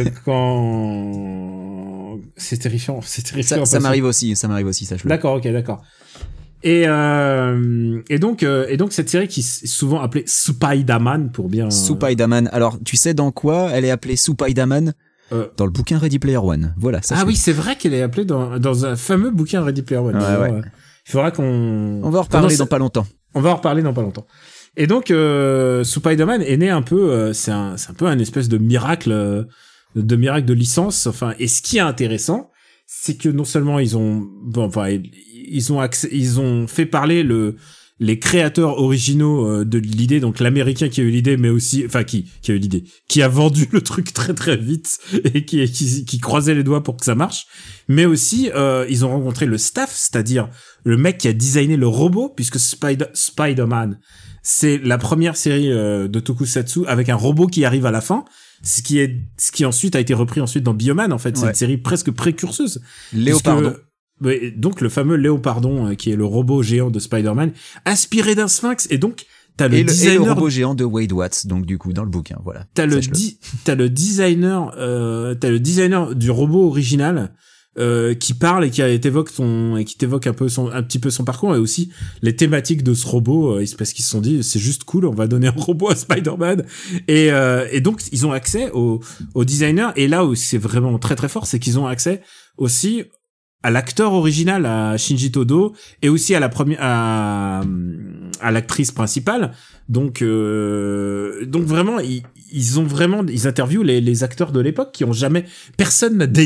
quand c'est terrifiant, c'est terrifiant. Ça, ça m'arrive aussi, ça m'arrive aussi, sache-le. D'accord, ok, d'accord. Et euh, et donc euh, et donc cette série qui est souvent appelée Spider-Man pour bien. Spider-Man. Alors, tu sais dans quoi elle est appelée Spider-Man? Euh... Dans le bouquin Ready Player One. Voilà. Ah oui, c'est vrai qu'elle est appelée dans dans un fameux bouquin Ready Player One. Ouais, ouais. Euh, il faudra qu'on. On va en reparler dans pas longtemps. On va en reparler dans pas longtemps. Et donc, euh, Spider-Man est né un peu, euh, c'est un, c'est un peu un espèce de miracle, euh, de miracle de licence. Enfin, et ce qui est intéressant, c'est que non seulement ils ont, bon, enfin, ils ont accès, ils ont fait parler le, les créateurs originaux euh, de l'idée, donc l'américain qui a eu l'idée, mais aussi, enfin, qui, qui a eu l'idée, qui a vendu le truc très très vite et qui, qui, qui croisait les doigts pour que ça marche. Mais aussi, euh, ils ont rencontré le staff, c'est-à-dire le mec qui a designé le robot, puisque Spider, Spider-Man, c'est la première série euh, de Tokusatsu avec un robot qui arrive à la fin, ce qui est, ce qui ensuite a été repris ensuite dans Bioman, en fait. C'est ouais. une série presque précurseuse. Léopardon. Puisque, donc, le fameux Léopardon, euh, qui est le robot géant de Spider-Man, inspiré d'un sphinx, et donc, t'as le et designer. Le, et le robot géant de Wade Watts, donc, du coup, dans le bouquin, voilà. T'as le, di- t'as le designer, euh, t'as le designer du robot original, Euh, qui parle et qui t'évoque son et qui t'évoque un peu son un petit peu son parcours et aussi les thématiques de ce robot euh, parce qu'ils se sont dit c'est juste cool, on va donner un robot à Spider-Man et euh, et donc ils ont accès au au designer et là où c'est vraiment très très fort c'est qu'ils ont accès aussi à l'acteur original, à Shinji Todo et aussi à la première à à l'actrice principale. Donc euh, donc vraiment ils ils ont vraiment ils interviewent les les acteurs de l'époque qui ont jamais personne n'a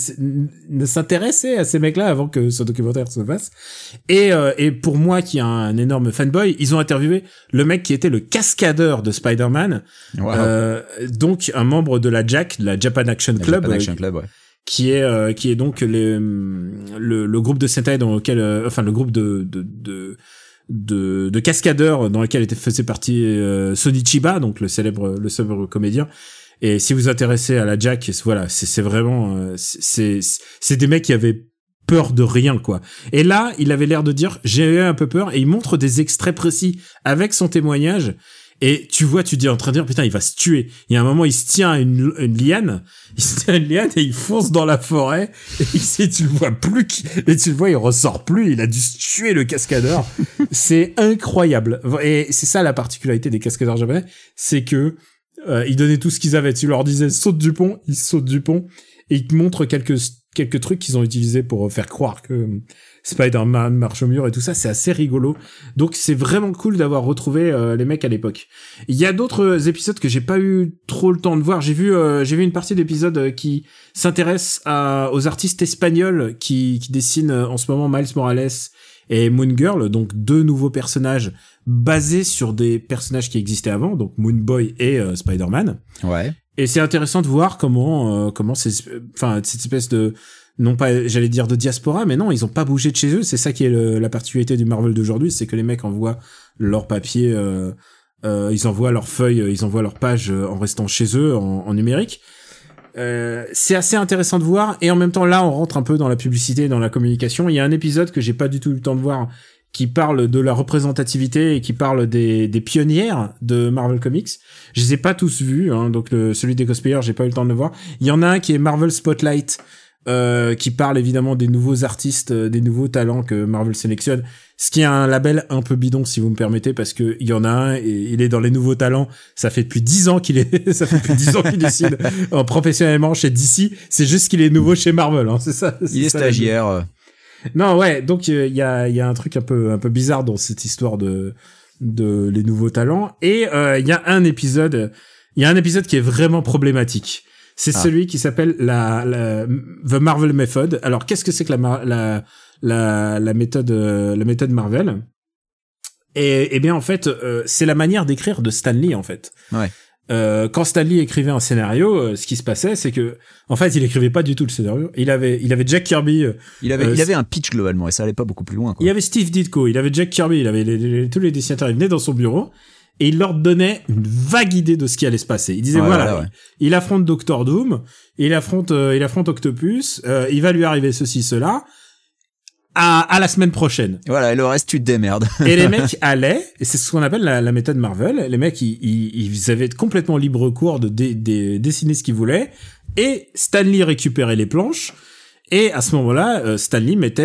ne s'intéressait à ces mecs-là avant que ce documentaire se fasse. Et euh, et pour moi qui est un énorme fanboy, ils ont interviewé le mec qui était le cascadeur de Spider-Man. Wow. Euh, donc un membre de la J A C, de la Japan Action la Club. Japan Action Club, ouais. qui est euh, qui est donc les, le le groupe de Sentai dans lequel euh, enfin le groupe de de de de, de cascadeurs dans lequel était faisait partie euh, Sonny Chiba, donc le célèbre le célèbre comédien. Et si vous vous intéressez à la J A C, voilà, c'est c'est vraiment euh, c'est c'est des mecs qui avaient peur de rien, quoi. Et là, il avait l'air de dire j'ai eu un peu peur, et il montre des extraits précis avec son témoignage. Et tu vois, tu dis en train de dire, putain, il va se tuer. Il y a un moment, il se tient à une, une liane, il se tient à une liane et il fonce dans la forêt. Et ici, tu le vois plus, et tu le vois, il ressort plus. Il a dû se tuer, le cascadeur. C'est incroyable. Et c'est ça la particularité des cascadeurs japonais, c'est que euh, ils donnaient tout ce qu'ils avaient. Tu leur disais saute du pont, ils sautent du pont et ils te montrent quelques quelques trucs qu'ils ont utilisés pour faire croire que Spider-Man marche au mur et tout ça, c'est assez rigolo. Donc c'est vraiment cool d'avoir retrouvé euh, les mecs à l'époque. Il y a d'autres épisodes que j'ai pas eu trop le temps de voir. J'ai vu euh, j'ai vu une partie d'épisodes qui s'intéresse à aux artistes espagnols qui qui dessinent en ce moment Miles Morales et Moon Girl, donc deux nouveaux personnages basés sur des personnages qui existaient avant, donc Moon Boy et euh, Spider-Man. Ouais. Et c'est intéressant de voir comment euh, comment c'est enfin cette espèce de non pas j'allais dire de diaspora, mais non, ils ont pas bougé de chez eux. C'est ça qui est le, la particularité du Marvel d'aujourd'hui, c'est que les mecs envoient leur papier, euh, euh, ils envoient leurs feuilles, ils envoient leurs pages en restant chez eux en, en numérique. Euh, c'est assez intéressant de voir, et en même temps là on rentre un peu dans la publicité, dans la communication. Il y a un épisode que j'ai pas du tout eu le temps de voir qui parle de la représentativité et qui parle des, des pionnières de Marvel Comics. Je les ai pas tous vus, hein, donc le, celui des cosplayers, j'ai pas eu le temps de le voir. Il y en a un qui est Marvel Spotlight, euh, qui parle évidemment des nouveaux artistes, euh, des nouveaux talents que Marvel sélectionne. Ce qui est un label un peu bidon, si vous me permettez, parce que il y en a un et il est dans les nouveaux talents. Ça fait depuis dix ans qu'il est, ça fait depuis dix ans qu'il décide euh, professionnellement chez D C. C'est juste qu'il est nouveau chez Marvel, hein, c'est ça. C'est il est ça, stagiaire. Non, ouais, donc il euh, y a il y a un truc un peu un peu bizarre dans cette histoire de de les nouveaux talents, et il euh, y a un épisode il y a un épisode qui est vraiment problématique. C'est ah. celui qui s'appelle la, la The Marvel Method. Alors qu'est-ce que c'est que la la la la méthode euh, la méthode Marvel? Et et bien en fait, euh, c'est la manière d'écrire de Stan Lee en fait. Ouais. euh, quand Stan Lee écrivait un scénario, euh, ce qui se passait, c'est que, en fait, il écrivait pas du tout le scénario. Il avait, il avait Jack Kirby. Euh, il avait, euh, il avait un pitch globalement et ça allait pas beaucoup plus loin, quoi. Il y avait Steve Ditko, il avait Jack Kirby, il avait les, les, les, tous les dessinateurs. Ils venaient dans son bureau et il leur donnait une vague idée de ce qui allait se passer. Il disait ouais, voilà, ouais, ouais. Il, il affronte Doctor Doom, il affronte, euh, il affronte Octopus, euh, il va lui arriver ceci, cela. À, à la semaine prochaine. Voilà, et le reste, tu te démerdes. Et les mecs allaient, et c'est ce qu'on appelle la, la méthode Marvel, les mecs, ils, ils, ils avaient complètement libre cours de dé, dé, dessiner ce qu'ils voulaient, et Stan Lee récupérait les planches, et à ce moment-là, euh, Stan Lee mettait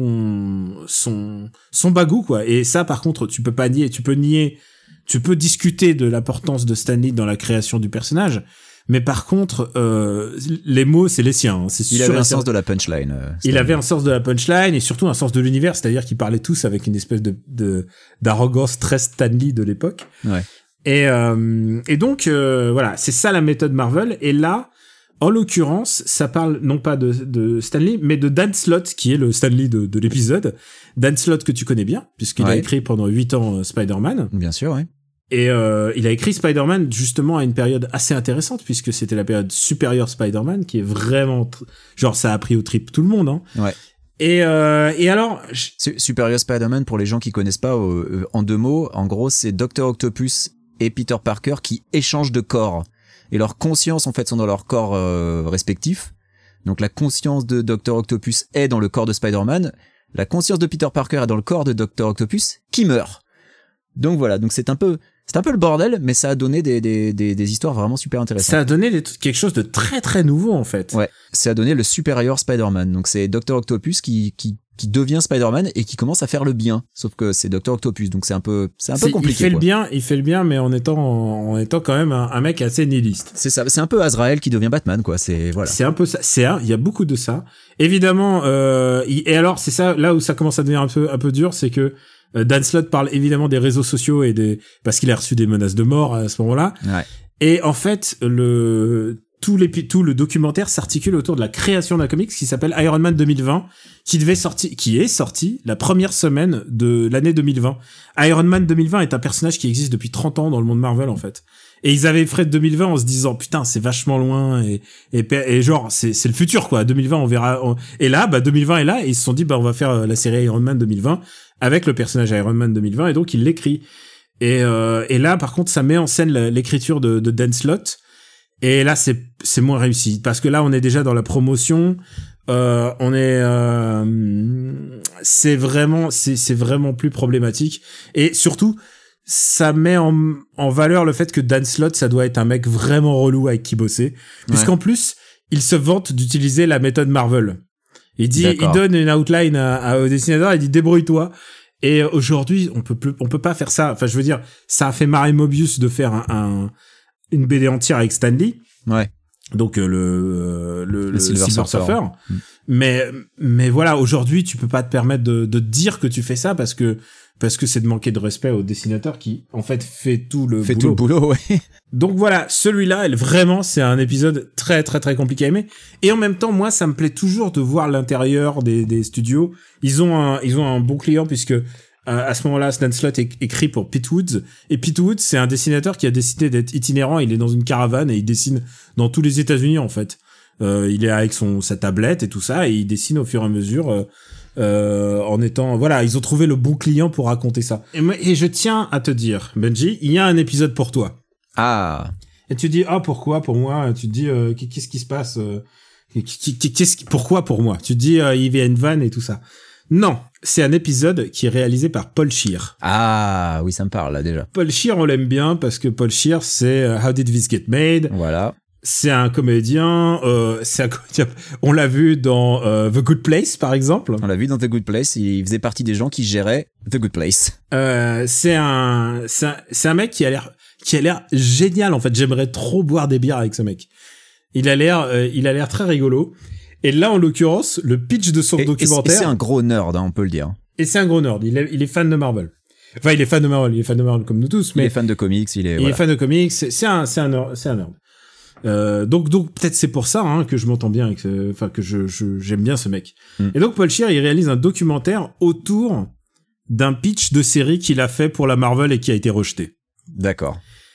son, son, son bagou, quoi. Et ça, par contre, tu peux pas nier, tu peux nier, tu peux discuter de l'importance de Stan Lee dans la création du personnage, mais par contre, euh, les mots, c'est les siens. Hein, c'est il avait un sens de la punchline. Euh, il avait un sens de la punchline et surtout un sens de l'univers, c'est-à-dire qu'ils parlaient tous avec une espèce de, de d'arrogance très Stan Lee de l'époque. Ouais. Et euh, et donc euh, voilà, c'est ça la méthode Marvel. Et là, en l'occurrence, ça parle non pas de, de Stan Lee, mais de Dan Slott, qui est le Stan Lee de, de l'épisode. Dan Slott que tu connais bien, puisqu'il ouais. a écrit pendant huit ans euh, Spider-Man. Bien sûr, ouais. Et euh, il a écrit Spider-Man justement à une période assez intéressante, puisque c'était la période Superior Spider-Man, qui est vraiment... Tr- genre, ça a pris au trip tout le monde. Hein. Ouais. Et, euh, et alors... Je... Superior Spider-Man, pour les gens qui connaissent pas, euh, en deux mots, en gros, c'est docteur Octopus et Peter Parker qui échangent de corps. Et leurs consciences, en fait, sont dans leurs corps euh, respectifs. Donc la conscience de docteur Octopus est dans le corps de Spider-Man. La conscience de Peter Parker est dans le corps de docteur Octopus, qui meurt. Donc voilà, donc c'est un peu... C'est un peu le bordel, mais ça a donné des, des, des, des histoires vraiment super intéressantes. Ça a donné des, quelque chose de très très nouveau en fait. Ouais, ça a donné le Superior Spider-Man. Donc c'est docteur Octopus qui, qui, qui devient Spider-Man et qui commence à faire le bien. Sauf que c'est docteur Octopus, donc c'est un peu, c'est un peu c'est, compliqué. Il fait quoi. le bien, il fait le bien, mais en étant, en étant quand même un, un mec assez nihiliste. C'est ça, c'est un peu Azrael qui devient Batman, quoi. C'est voilà. C'est un peu ça. C'est un, il y a beaucoup de ça. Évidemment, euh, et alors c'est ça, là où ça commence à devenir un peu, un peu dur, c'est que Dan Slott parle évidemment des réseaux sociaux et des parce qu'il a reçu des menaces de mort à ce moment-là. Ouais. Et en fait, le tout les tout le documentaire s'articule autour de la création d'un comics qui s'appelle Iron Man deux mille vingt, qui devait sortir, qui est sorti la première semaine de l'année deux mille vingt. Iron Man deux mille vingt est un personnage qui existe depuis trente ans dans le monde Marvel en fait. Et ils avaient fait deux mille vingt en se disant putain c'est vachement loin et et, et genre c'est c'est le futur quoi. deux mille vingt on verra. On... Et là bah deux mille vingt est là et ils se sont dit bah on va faire la série Iron Man deux mille vingt avec le personnage Iron Man deux mille vingt et donc il l'écrit. Et euh, et là par contre ça met en scène l'écriture de, de Dan Slott et là c'est c'est moins réussi parce que là on est déjà dans la promotion. Euh, on est euh, c'est vraiment c'est c'est vraiment plus problématique et surtout ça met en, en valeur le fait que Dan Slott, ça doit être un mec vraiment relou avec qui bosser. Puisqu'en ouais. plus, il se vante d'utiliser la méthode Marvel. Il dit, D'accord. il donne une outline à, à, au dessinateur, il dit débrouille-toi. Et aujourd'hui, on peut plus, on peut pas faire ça. Enfin, je veux dire, ça a fait marrer Mobius de faire un, un une B D entière avec Stan Lee. Ouais. Donc euh, le, euh, le le le Silver, Silver Surfer. Surfer. Mm. Mais mais voilà, aujourd'hui, tu peux pas te permettre de de dire que tu fais ça parce que parce que c'est de manquer de respect au dessinateur qui en fait fait tout le fait boulot. tout le boulot, ouais. Donc voilà, celui-là, elle, vraiment, c'est un épisode très très très compliqué à aimer. Et en même temps, moi, ça me plaît toujours de voir l'intérieur des des studios. Ils ont un ils ont un bon client puisque euh, à ce moment-là, Dan Slott é- écrit pour Pete Woods. Et Pete Woods, c'est un dessinateur qui a décidé d'être itinérant. Il est dans une caravane et il dessine dans tous les États-Unis en fait. Euh, il est avec son sa tablette et tout ça et il dessine au fur et à mesure. Euh, Euh, en étant voilà ils ont trouvé le bon client pour raconter ça et, moi, et je tiens à te dire Benji il y a un épisode pour toi ah et tu dis ah pourquoi pour moi tu te dis euh, qu'est-ce qui se passe euh, qu'est-ce qui, pourquoi pour moi tu te dis euh, il y a une vanne et tout ça non c'est un épisode qui est réalisé par Paul Scheer. Ah oui ça me parle là déjà. Paul Scheer on l'aime bien parce que Paul Scheer c'est uh, How Did This Get Made. Voilà. C'est un comédien, euh, c'est un comédien. On l'a vu dans euh, The Good Place, par exemple. On l'a vu dans The Good Place. Il faisait partie des gens qui géraient The Good Place. Euh, c'est un, c'est un, c'est un mec qui a l'air, qui a l'air génial. En fait, j'aimerais trop boire des bières avec ce mec. Il a l'air, euh, il a l'air très rigolo. Et là, en l'occurrence, le pitch de son et, documentaire. Et c'est un gros nerd, hein, on peut le dire. Et c'est un gros nerd. Il est, il est fan de Marvel. Enfin, il est fan de Marvel. Il est fan de Marvel comme nous tous. Mais il est fan de comics. Il est. Il voilà. est fan de comics. C'est, c'est un, c'est un nerd. C'est un nerd. Euh, donc donc peut-être c'est pour ça hein, que je m'entends bien avec ce, enfin que je, je j'aime bien ce mec. Mm. Et donc Paul Scheer il réalise un documentaire autour d'un pitch de série qu'il a fait pour la Marvel et qui a été rejeté. D'accord.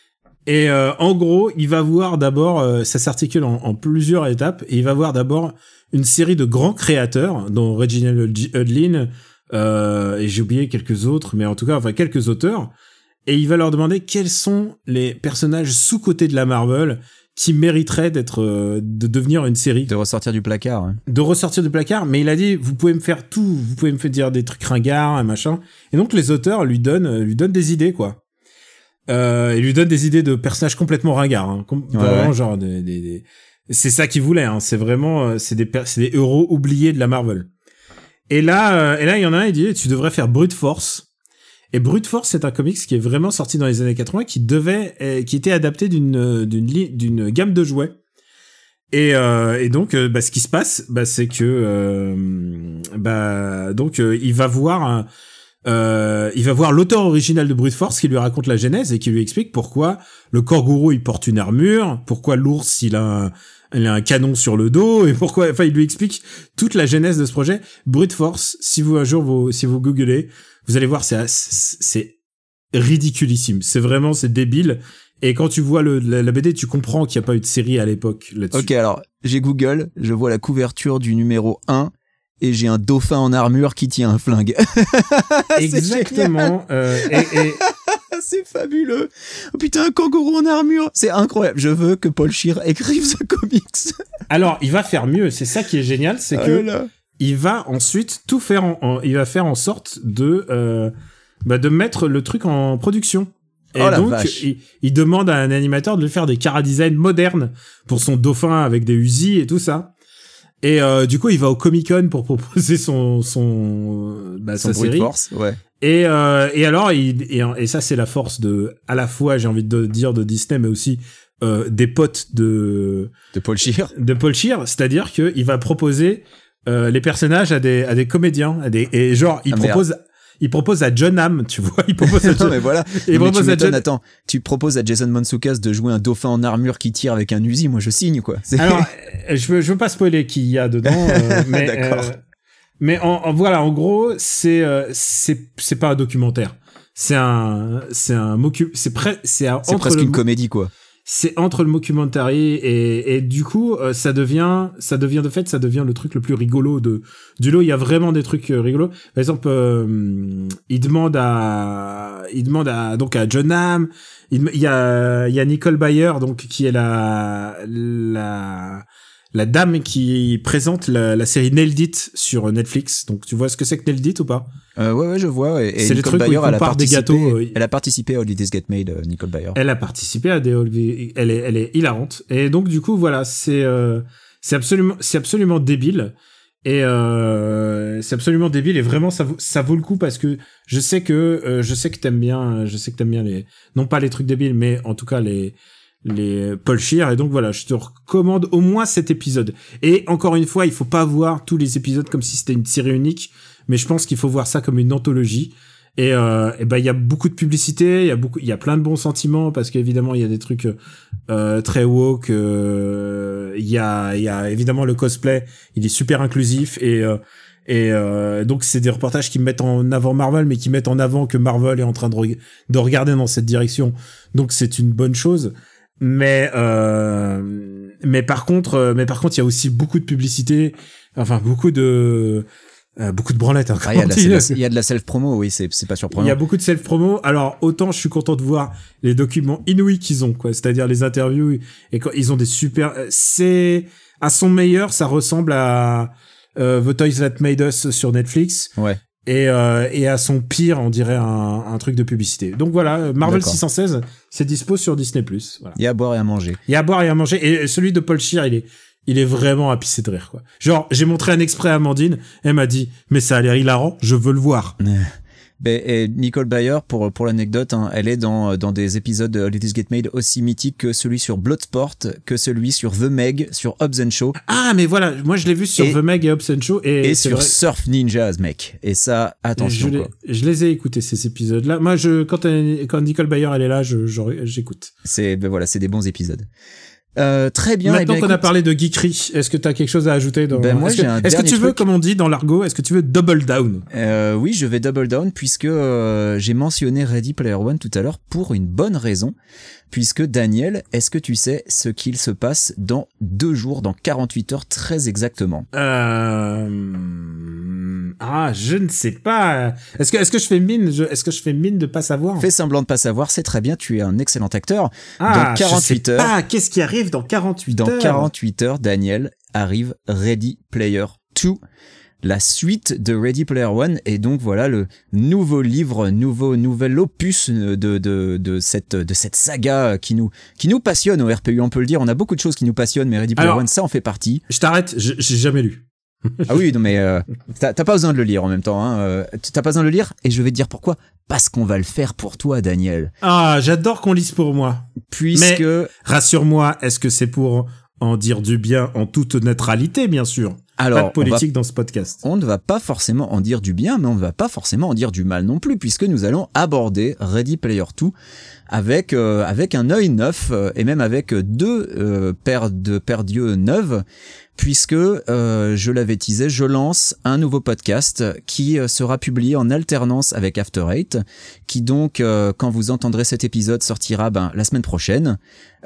Et euh, en gros, il va voir d'abord, euh, ça s'articule en, en plusieurs étapes, et il va voir d'abord une série de grands créateurs, dont Reginald Hudlin, euh, et j'ai oublié quelques autres, mais en tout cas, enfin quelques auteurs, et il va leur demander quels sont les personnages sous-cotés de la Marvel qui mériteraient d'être, euh, de devenir une série. De ressortir du placard. Hein. De ressortir du placard, mais il a dit, vous pouvez me faire tout, vous pouvez me faire dire des trucs ringards, un machin, et donc les auteurs lui donnent, lui donnent des idées, quoi. Euh, il lui donne des idées de personnages complètement ringards, hein. Com- Ouais, vraiment ouais. genre des, des, des... c'est ça qu'il voulait, hein. C'est vraiment, euh, c'est des, per- c'est des héros oubliés de la Marvel. Et là, euh, et là, il y en a un, il dit, tu devrais faire Brute Force. Et Brute Force, c'est un comics qui est vraiment sorti dans les années quatre-vingts, qui devait, euh, qui était adapté d'une, d'une, li- d'une gamme de jouets. Et, euh, et donc, euh, bah, ce qui se passe, bah, c'est que, euh, bah, donc, euh, il va voir un, Euh, il va voir l'auteur original de Brute Force qui lui raconte la genèse et qui lui explique pourquoi le Korguru il porte une armure, pourquoi l'ours il a un, il a un canon sur le dos et pourquoi, enfin il lui explique toute la genèse de ce projet. Brute Force, si vous un jour vous, si vous googlez, vous allez voir c'est c'est ridiculissime, c'est vraiment c'est débile. Et quand tu vois le, la, la B D, tu comprends qu'il n'y a pas eu de série à l'époque là-dessus. Ok, alors j'ai Google, je vois la couverture du numéro un. Et j'ai un dauphin en armure qui tient un flingue. Exactement. Euh, et, et... C'est fabuleux. Oh putain, un kangourou en armure. C'est incroyable. Je veux que Paul Scheer écrive ce comics. Alors, il va faire mieux. C'est ça qui est génial, c'est oh que là. il va ensuite tout faire. En, en, il va faire en sorte de euh, bah, de mettre le truc en production. Et oh donc, vache. il, il demande à un animateur de lui faire des chara-design modernes pour son dauphin avec des Uzi et tout ça. Et euh, du coup, il va au Comic-Con pour proposer son son bah, Son sa Brute série. Force, ouais. Et euh, et alors, il, et, et ça c'est la force de à la fois, j'ai envie de dire de Disney, mais aussi euh, des potes de De Paul Scheer. de Paul Scheer, c'est-à-dire que il va proposer euh, les personnages à des à des comédiens, à des et genre il Ah, propose merde. il propose à John Hamm, tu vois, il propose à Non John, mais voilà. il Non, mais propose tu à m'étonnes, John. attends, tu proposes à Jason Mantzoukas de jouer un dauphin en armure qui tire avec un Uzi, moi je signe quoi. C'est... Alors, euh, je veux je veux pas spoiler qui y a dedans, euh, mais D'accord. euh, mais en, en voilà, en gros, c'est euh, c'est c'est pas un documentaire. C'est un c'est un mocu c'est près c'est un- c'est entre presque le une mo- comédie quoi. c'est entre le mockumentary et et du coup euh, ça devient ça devient de fait ça devient le truc le plus rigolo de du lot. Il y a vraiment des trucs euh, rigolos. Par exemple, euh, il demande à il demande à donc à John Hamm, il, il y a il y a Nicole Bayer donc qui est la la la dame qui présente la, la série Nailed It sur Netflix. Donc tu vois ce que c'est que Nailed It ou pas? Euh, ouais ouais je vois. Et, et C'est les Nicole trucs où Bayer, ils elle a comparent des participé. gâteaux, euh, Elle a participé à Holidays Get Made, euh, Nicole Bayer. Elle a participé à des Holiday- elle est elle est hilarante et donc du coup voilà, c'est euh, c'est absolument c'est absolument débile et euh, c'est absolument débile et vraiment ça vaut, ça vaut le coup parce que je sais que euh, je sais que t'aimes bien je sais que t'aimes bien les non pas les trucs débiles mais en tout cas les les Paul Scheer et donc voilà, je te recommande au moins cet épisode. Et encore une fois, il faut pas voir tous les épisodes comme si c'était une série unique, mais je pense qu'il faut voir ça comme une anthologie. Et euh, et ben il y a beaucoup de publicité, il y a beaucoup il y a plein de bons sentiments parce qu'évidemment il y a des trucs euh, très woke, euh, il y a il y a évidemment le cosplay, il est super inclusif et euh, et euh, donc c'est des reportages qui mettent en avant Marvel mais qui mettent en avant que Marvel est en train de re- de regarder dans cette direction. Donc c'est une bonne chose. Mais euh, mais par contre mais par contre il y a aussi beaucoup de publicité, enfin beaucoup de euh, beaucoup de branlettes. Hein, Ah, il y a de la, comment dire. self- il y a de la self-promo, oui, c'est, c'est pas Il surprenant. y a beaucoup de self-promo. Alors, autant je suis content de voir les documents inouïs qu'ils ont, quoi. C'est-à-dire les interviews et quand ils ont des super, euh, c'est, à son meilleur, ça ressemble à, euh, The Toys That Made Us sur Netflix. Ouais. Et, euh, et à son pire, on dirait un, un truc de publicité. Donc voilà, Marvel D'accord. six cent seize, c'est dispo sur Disney+. Voilà. Il y a à boire et à manger. Il y a à boire et à manger. Et celui de Paul Scheer, il est, il est vraiment à pisser de rire, quoi. Genre, j'ai montré un extrait à Amandine, elle m'a dit, mais ça a l'air hilarant, je veux le voir. Ben, et Nicole Bayer, pour, pour l'anecdote, hein, elle est dans, dans des épisodes de Holidays Get Made aussi mythiques que celui sur Bloodsport, que celui sur The Meg, sur Hobbs and Shaw. Ah, mais voilà, moi je l'ai vu sur Et- The Meg et Hobbs and Show et, Et c'est sur vrai, Surf Ninjas, mec. Et ça, attention, je, les, quoi. je les ai écoutés ces épisodes-là. Moi, je quand, elle- quand Nicole Bayer elle est là, je, je- j'écoute. C'est, ben voilà, c'est des bons épisodes. Euh, très bien. Maintenant eh bien, qu'on écoute, a parlé de geekery, est-ce que tu as quelque chose à ajouter dans... Ben moi, est-ce j'ai que, un est-ce que dernier tu veux, truc. comme on dit dans l'argot, est-ce que tu veux double down? euh, Oui, je vais double down puisque euh, j'ai mentionné Ready Player One tout à l'heure pour une bonne raison. Puisque Daniel, est-ce que tu sais ce qu'il se passe dans deux jours, dans quarante-huit heures très exactement? Euh... Ah, je ne sais pas. Est-ce que, est-ce que je fais mine, je, est-ce que je fais mine de pas savoir? Fais semblant de pas savoir, c'est très bien, tu es un excellent acteur. Ah, dans quarante-huit je sais heures. pas, qu'est-ce qui arrive dans quarante-huit Dans heures? quarante-huit heures, Daniel, arrive Ready Player deux. La suite de Ready Player One et donc voilà le nouveau livre, nouveau nouvel opus de de de cette de cette saga qui nous qui nous passionne au R P U, on peut le dire. On a beaucoup de choses qui nous passionnent, mais Ready Player Alors, One, ça en fait partie. Je t'arrête, je- j'ai jamais lu. Ah oui, non mais euh, t'as, t'as pas besoin de le lire en même temps. Hein. Euh, t'as pas besoin de le lire et je vais te dire pourquoi. Parce qu'on va le faire pour toi, Daniel. Ah, j'adore qu'on lise pour moi. Puisque Mais rassure-moi, est-ce que c'est pour en dire du bien en toute neutralité, bien sûr? alors Pas de politique on va dans ce podcast. On ne va pas forcément en dire du bien, mais on ne va pas forcément en dire du mal non plus, puisque nous allons aborder Ready Player deux avec euh, avec un œil neuf euh, et même avec deux euh, paires de paires d'yeux neuves, puisque euh, je l'avais teasé, je lance un nouveau podcast qui euh, sera publié en alternance avec After Eight, qui donc euh, quand vous entendrez cet épisode sortira ben la semaine prochaine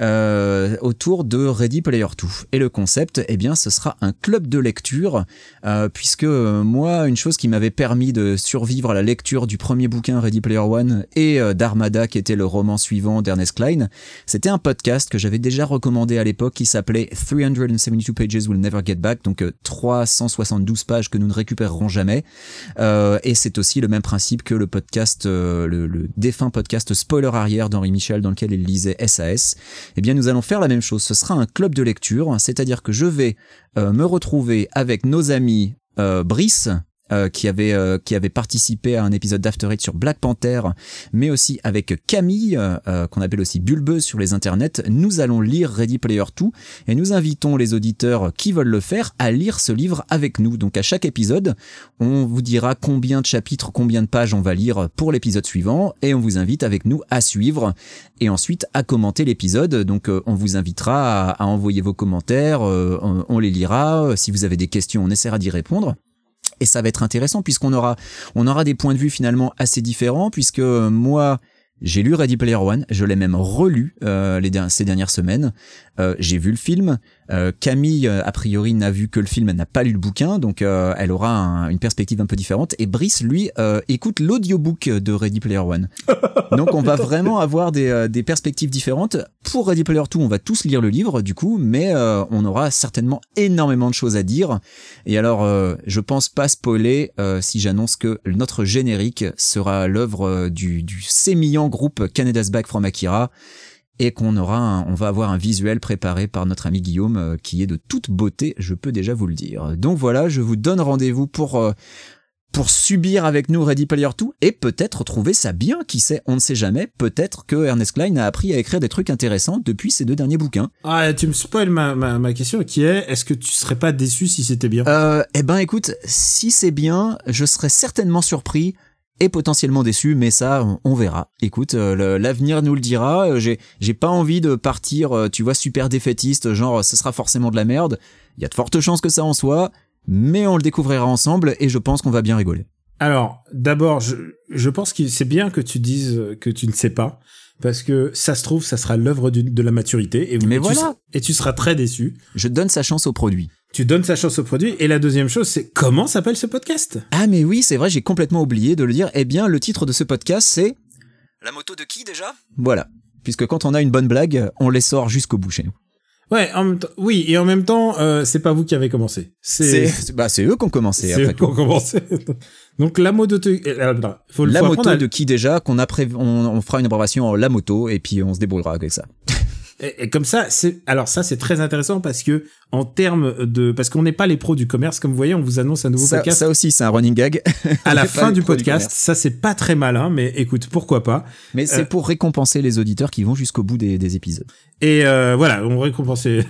euh, autour de Ready Player deux. Et le concept, eh bien, ce sera un club de lecture, euh, puisque euh, moi, une chose qui m'avait permis de survivre à la lecture du premier bouquin Ready Player One et euh, d'Armada, qui était le roman suivant d'Ernest Cline, c'était un podcast que j'avais déjà recommandé à l'époque qui s'appelait three hundred seventy-two pages will never get back, donc euh, trois cent soixante-douze pages que nous ne récupérerons jamais. Euh, et c'est aussi le même principe que le podcast, euh, le, le défunt podcast Spoiler arrière d'Henri Michel, dans lequel il lisait S A S. Eh bien, nous allons faire la même chose. Ce sera un club de lecture, c'est-à-dire que je vais euh, me retrouver avec nos amis euh, Brice, Euh, qui avait euh, qui avait participé à un épisode d'After Eight sur Black Panther, mais aussi avec Camille, euh, qu'on appelle aussi Bulbeuse sur les internets. Nous allons lire Ready Player deux et nous invitons les auditeurs qui veulent le faire à lire ce livre avec nous. Donc à chaque épisode, on vous dira combien de chapitres, combien de pages on va lire pour l'épisode suivant et on vous invite avec nous à suivre et ensuite à commenter l'épisode. Donc euh, on vous invitera à, à envoyer vos commentaires, euh, on, on les lira. Si vous avez des questions, on essaiera d'y répondre. Et ça va être intéressant puisqu'on aura, on aura des points de vue finalement assez différents, puisque moi, j'ai lu Ready Player One, je l'ai même relu euh, les der- ces dernières semaines. Euh, j'ai vu le film. Euh, Camille, euh, a priori, n'a vu que le film, elle n'a pas lu le bouquin, donc euh, elle aura un, une perspective un peu différente. Et Brice, lui, euh, écoute l'audiobook de Ready Player One. Donc on va vraiment avoir des, euh, des perspectives différentes. Pour Ready Player deux, on va tous lire le livre, du coup, mais euh, on aura certainement énormément de choses à dire. Et alors, euh, je pense pas spoiler euh, si j'annonce que notre générique sera l'œuvre euh, du, du sémillant groupe Canada's Back from Akira, et qu'on aura un, on va avoir un visuel préparé par notre ami Guillaume euh, qui est de toute beauté, je peux déjà vous le dire. Donc voilà, je vous donne rendez-vous pour euh, pour subir avec nous Ready Player deux et peut-être trouver ça bien, qui sait, on ne sait jamais, peut-être que Ernest Cline a appris à écrire des trucs intéressants depuis ses deux derniers bouquins. Ah, tu me spoil ma, ma, ma question qui est, est-ce que tu serais pas déçu si c'était bien? Euh, eh ben écoute, si c'est bien, je serais certainement surpris et potentiellement déçu, mais ça, on, on verra. Écoute, euh, le, l'avenir nous le dira. Euh, j'ai, j'ai pas envie de partir, euh, tu vois, super défaitiste, genre, ce sera forcément de la merde. Il y a de fortes chances que ça en soit, mais on le découvrira ensemble et je pense qu'on va bien rigoler. Alors, d'abord, je, je pense que c'est bien que tu dises que tu ne sais pas, parce que ça se trouve, ça sera l'œuvre du, de la maturité, et, Mais et, voilà. tu seras, et tu seras très déçu. Je donne sa chance au produit. Tu donnes sa chance au produit, et la deuxième chose, c'est comment s'appelle ce podcast? Ah mais oui, c'est vrai, j'ai complètement oublié de le dire. Eh bien, le titre de ce podcast, c'est... La moto de qui déjà? Voilà. Puisque quand on a une bonne blague, on les sort jusqu'au bout chez nous. Ouais, en même temps, oui, et en même temps, euh, c'est pas vous qui avez commencé. C'est, C'est, bah, c'est eux qui ont commencé, c'est après eux qui ont tout. commencé. Donc, la moto de, euh, faut le La faut moto apprendre à- de qui déjà, qu'on a pré... on, on fera une abréviation en la moto, et puis on se débrouillera avec ça. Et, et comme ça, c'est alors ça c'est très intéressant parce que en termes de parce qu'on n'est pas les pros du commerce, comme vous voyez, on vous annonce un nouveau Ça, podcast ça aussi, c'est un running gag. à On la n'est pas fin les du pros podcast. commerce. Ça c'est pas très malin, mais écoute, pourquoi pas. Mais c'est Euh, pour récompenser les auditeurs qui vont jusqu'au bout des, des épisodes. Et euh, voilà, on récompensait.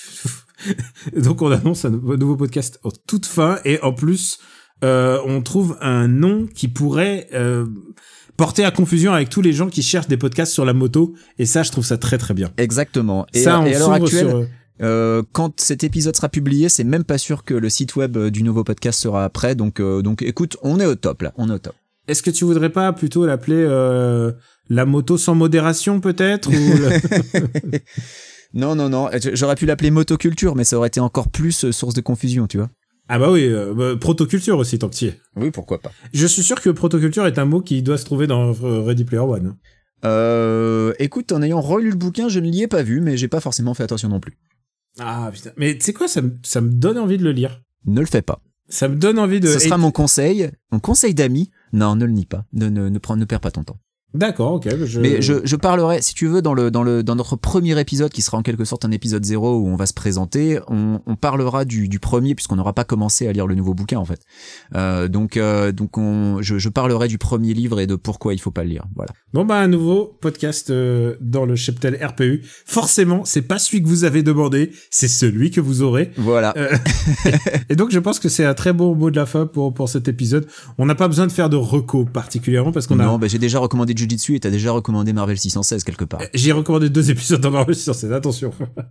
Donc on annonce un nouveau nouveau podcast en toute fin et en plus euh, on trouve un nom qui pourrait euh, porter à confusion avec tous les gens qui cherchent des podcasts sur la moto. Et ça, je trouve ça très très bien. Exactement. Et, ça, on et à l'heure actuelle, sur... euh, quand cet épisode sera publié, c'est même pas sûr que le site web du nouveau podcast sera prêt. Donc, euh, donc, écoute, on est au top là. On est au top. Est-ce que tu voudrais pas plutôt l'appeler euh, la moto sans modération peut-être ou le... Non, non, non. J'aurais pu l'appeler motoculture, mais ça aurait été encore plus source de confusion, tu vois. Ah bah oui, euh, bah, protoculture aussi, tant que tu y es. Oui, pourquoi pas. Je suis sûr que protoculture est un mot qui doit se trouver dans Ready Player One. Euh, écoute, en ayant relu le bouquin, je ne l'y ai pas vu, mais j'ai pas forcément fait attention non plus. Ah putain, mais tu sais quoi, ça me, ça me donne envie de le lire. Ne le fais pas. Ça me donne envie de... Ce sera mon conseil, mon conseil d'amis. Non, ne le nie pas. Ne, ne, ne, prends, ne perds pas ton temps. D'accord, ok. Je... Mais je, je parlerai, si tu veux, dans le, dans le, dans notre premier épisode, qui sera en quelque sorte un épisode zéro où on va se présenter, on, on parlera du, du premier, puisqu'on n'aura pas commencé à lire le nouveau bouquin, en fait. Euh, donc, euh, donc on, je, je parlerai du premier livre et de pourquoi il faut pas le lire. Voilà. Bon, bah, un nouveau podcast euh, dans le cheptel R P U. Forcément, c'est pas celui que vous avez demandé, c'est celui que vous aurez. Voilà. Euh, et donc, je pense que c'est un très beau mot de la fin pour, pour cet épisode. On n'a pas besoin de faire de reco particulièrement parce qu'on a... Non, bah, j'ai déjà recommandé Jujitsu et t'as déjà recommandé Marvel six cent seize quelque part. J'ai recommandé deux épisodes dans Marvel six cent seize, attention.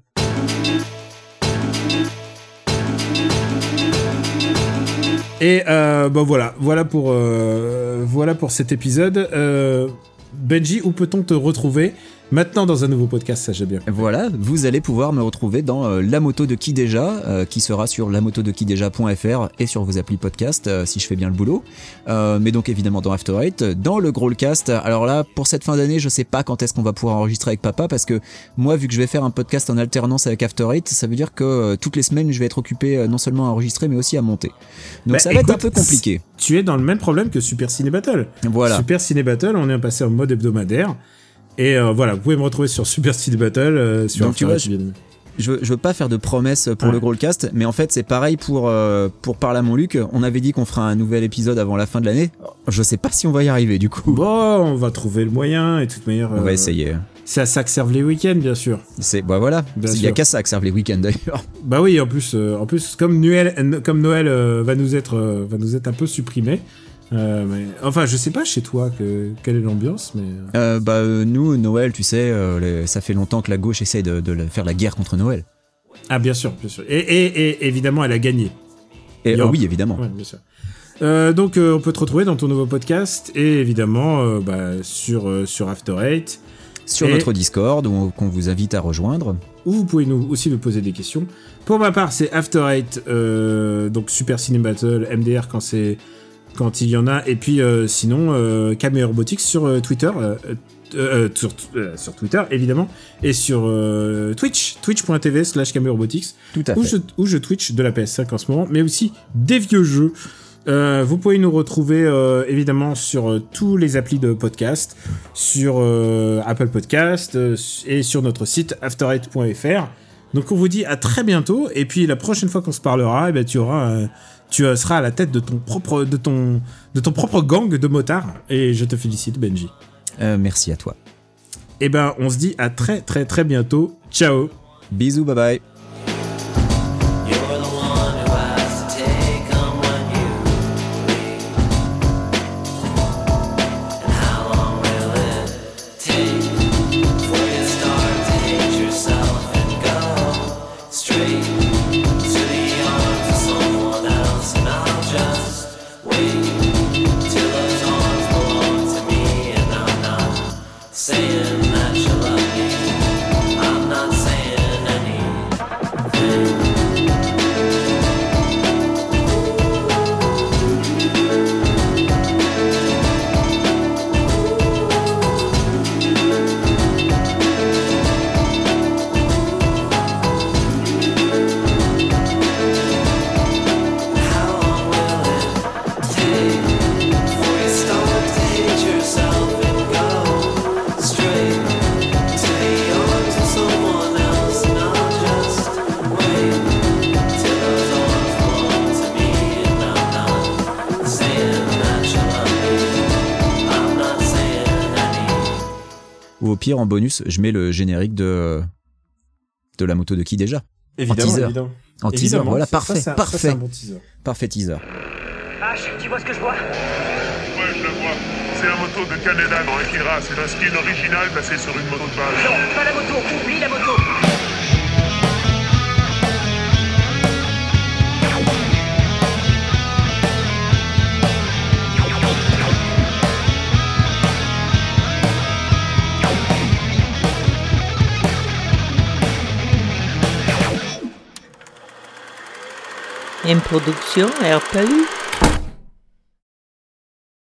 Et euh, bon voilà, voilà pour euh, voilà pour cet épisode. Euh, Benji, où peut-on te retrouver maintenant dans un nouveau podcast, ça j'ai bien. Voilà, vous allez pouvoir me retrouver dans euh, La Moto de Qui Déjà, euh, qui sera sur la moto de qui déjà point f r et sur vos applis podcast, euh, si je fais bien le boulot. Euh, mais donc évidemment dans After Eight, dans le Growlcast. Alors là, pour cette fin d'année, je sais pas quand est-ce qu'on va pouvoir enregistrer avec papa, parce que moi, vu que je vais faire un podcast en alternance avec After Eight, ça veut dire que euh, toutes les semaines, je vais être occupé euh, non seulement à enregistrer, mais aussi à monter. Donc bah, ça va écoute, être un peu compliqué. Tu es dans le même problème que Super Ciné Battle. Voilà. Super Ciné Battle, on est passé en mode hebdomadaire. Et euh, voilà, vous pouvez me retrouver sur Super City Battle, euh, sur donc, tu vois, je, je, veux, je veux pas faire de promesses pour ouais. le Growlcast, mais en fait c'est pareil pour euh, pour Parle à mon Luc. On avait dit qu'on ferait un nouvel épisode avant la fin de l'année. Je sais pas si on va y arriver du coup. Bon, on va trouver le moyen et de toute manière. On euh, va essayer. C'est à ça que servent les week-ends, bien sûr. C'est bah voilà. Il y a qu'à ça que servent les week-ends d'ailleurs. Bah oui, en plus, euh, en plus comme Noël, comme Noël euh, va nous être euh, va nous être un peu supprimé. Euh, mais, enfin, je sais pas chez toi que, quelle est l'ambiance, mais... Euh, bah, euh, nous, Noël, tu sais, euh, les, ça fait longtemps que la gauche essaye de, de faire la guerre contre Noël. Ah, bien sûr, bien sûr. Et, et, et évidemment, elle a gagné. Et, oh, oui, évidemment. Ouais, bien sûr. Euh, donc, euh, on peut te retrouver dans ton nouveau podcast, et évidemment, euh, bah, sur, euh, sur After Eight. Sur et... notre Discord, où, qu'on vous invite à rejoindre. Où vous pouvez nous, aussi nous poser des questions. Pour ma part, c'est After Eight, euh, donc Super Ciné Battle, M D R quand c'est... quand il y en a, et puis euh, sinon euh, Cameo Robotics sur euh, Twitter euh, euh, sur, euh, sur Twitter évidemment, et sur euh, Twitch twitch point t v slash Cameo Robotics, tout à fait, où je, où je Twitch de la P S cinq en ce moment, mais aussi des vieux jeux. Euh, vous pouvez nous retrouver euh, évidemment sur euh, tous les applis de podcast, sur euh, Apple Podcast euh, et sur notre site after eight point f r. Donc on vous dit à très bientôt, et puis la prochaine fois qu'on se parlera, eh ben, tu auras un tu seras à la tête de ton propre, de ton, de ton propre gang de motards. Et je te félicite, Benji. Euh, merci à toi. Et ben, on se dit à très très très bientôt. Ciao. Bisous, bye bye. Au pire, en bonus, je mets le générique de de la moto de Qui Déjà. Évidemment, en teaser. Évidemment. En teaser, évidemment, voilà, ça, parfait, ça, ça, parfait. Ça, c'est un bon teaser. Parfait teaser. H, tu vois ce que je vois? Ouais, je le vois. c'est la moto de Canada dans Akira. C'est un skin original placé sur une moto de base. Non, pas la moto, oublie la moto. Une production R P U.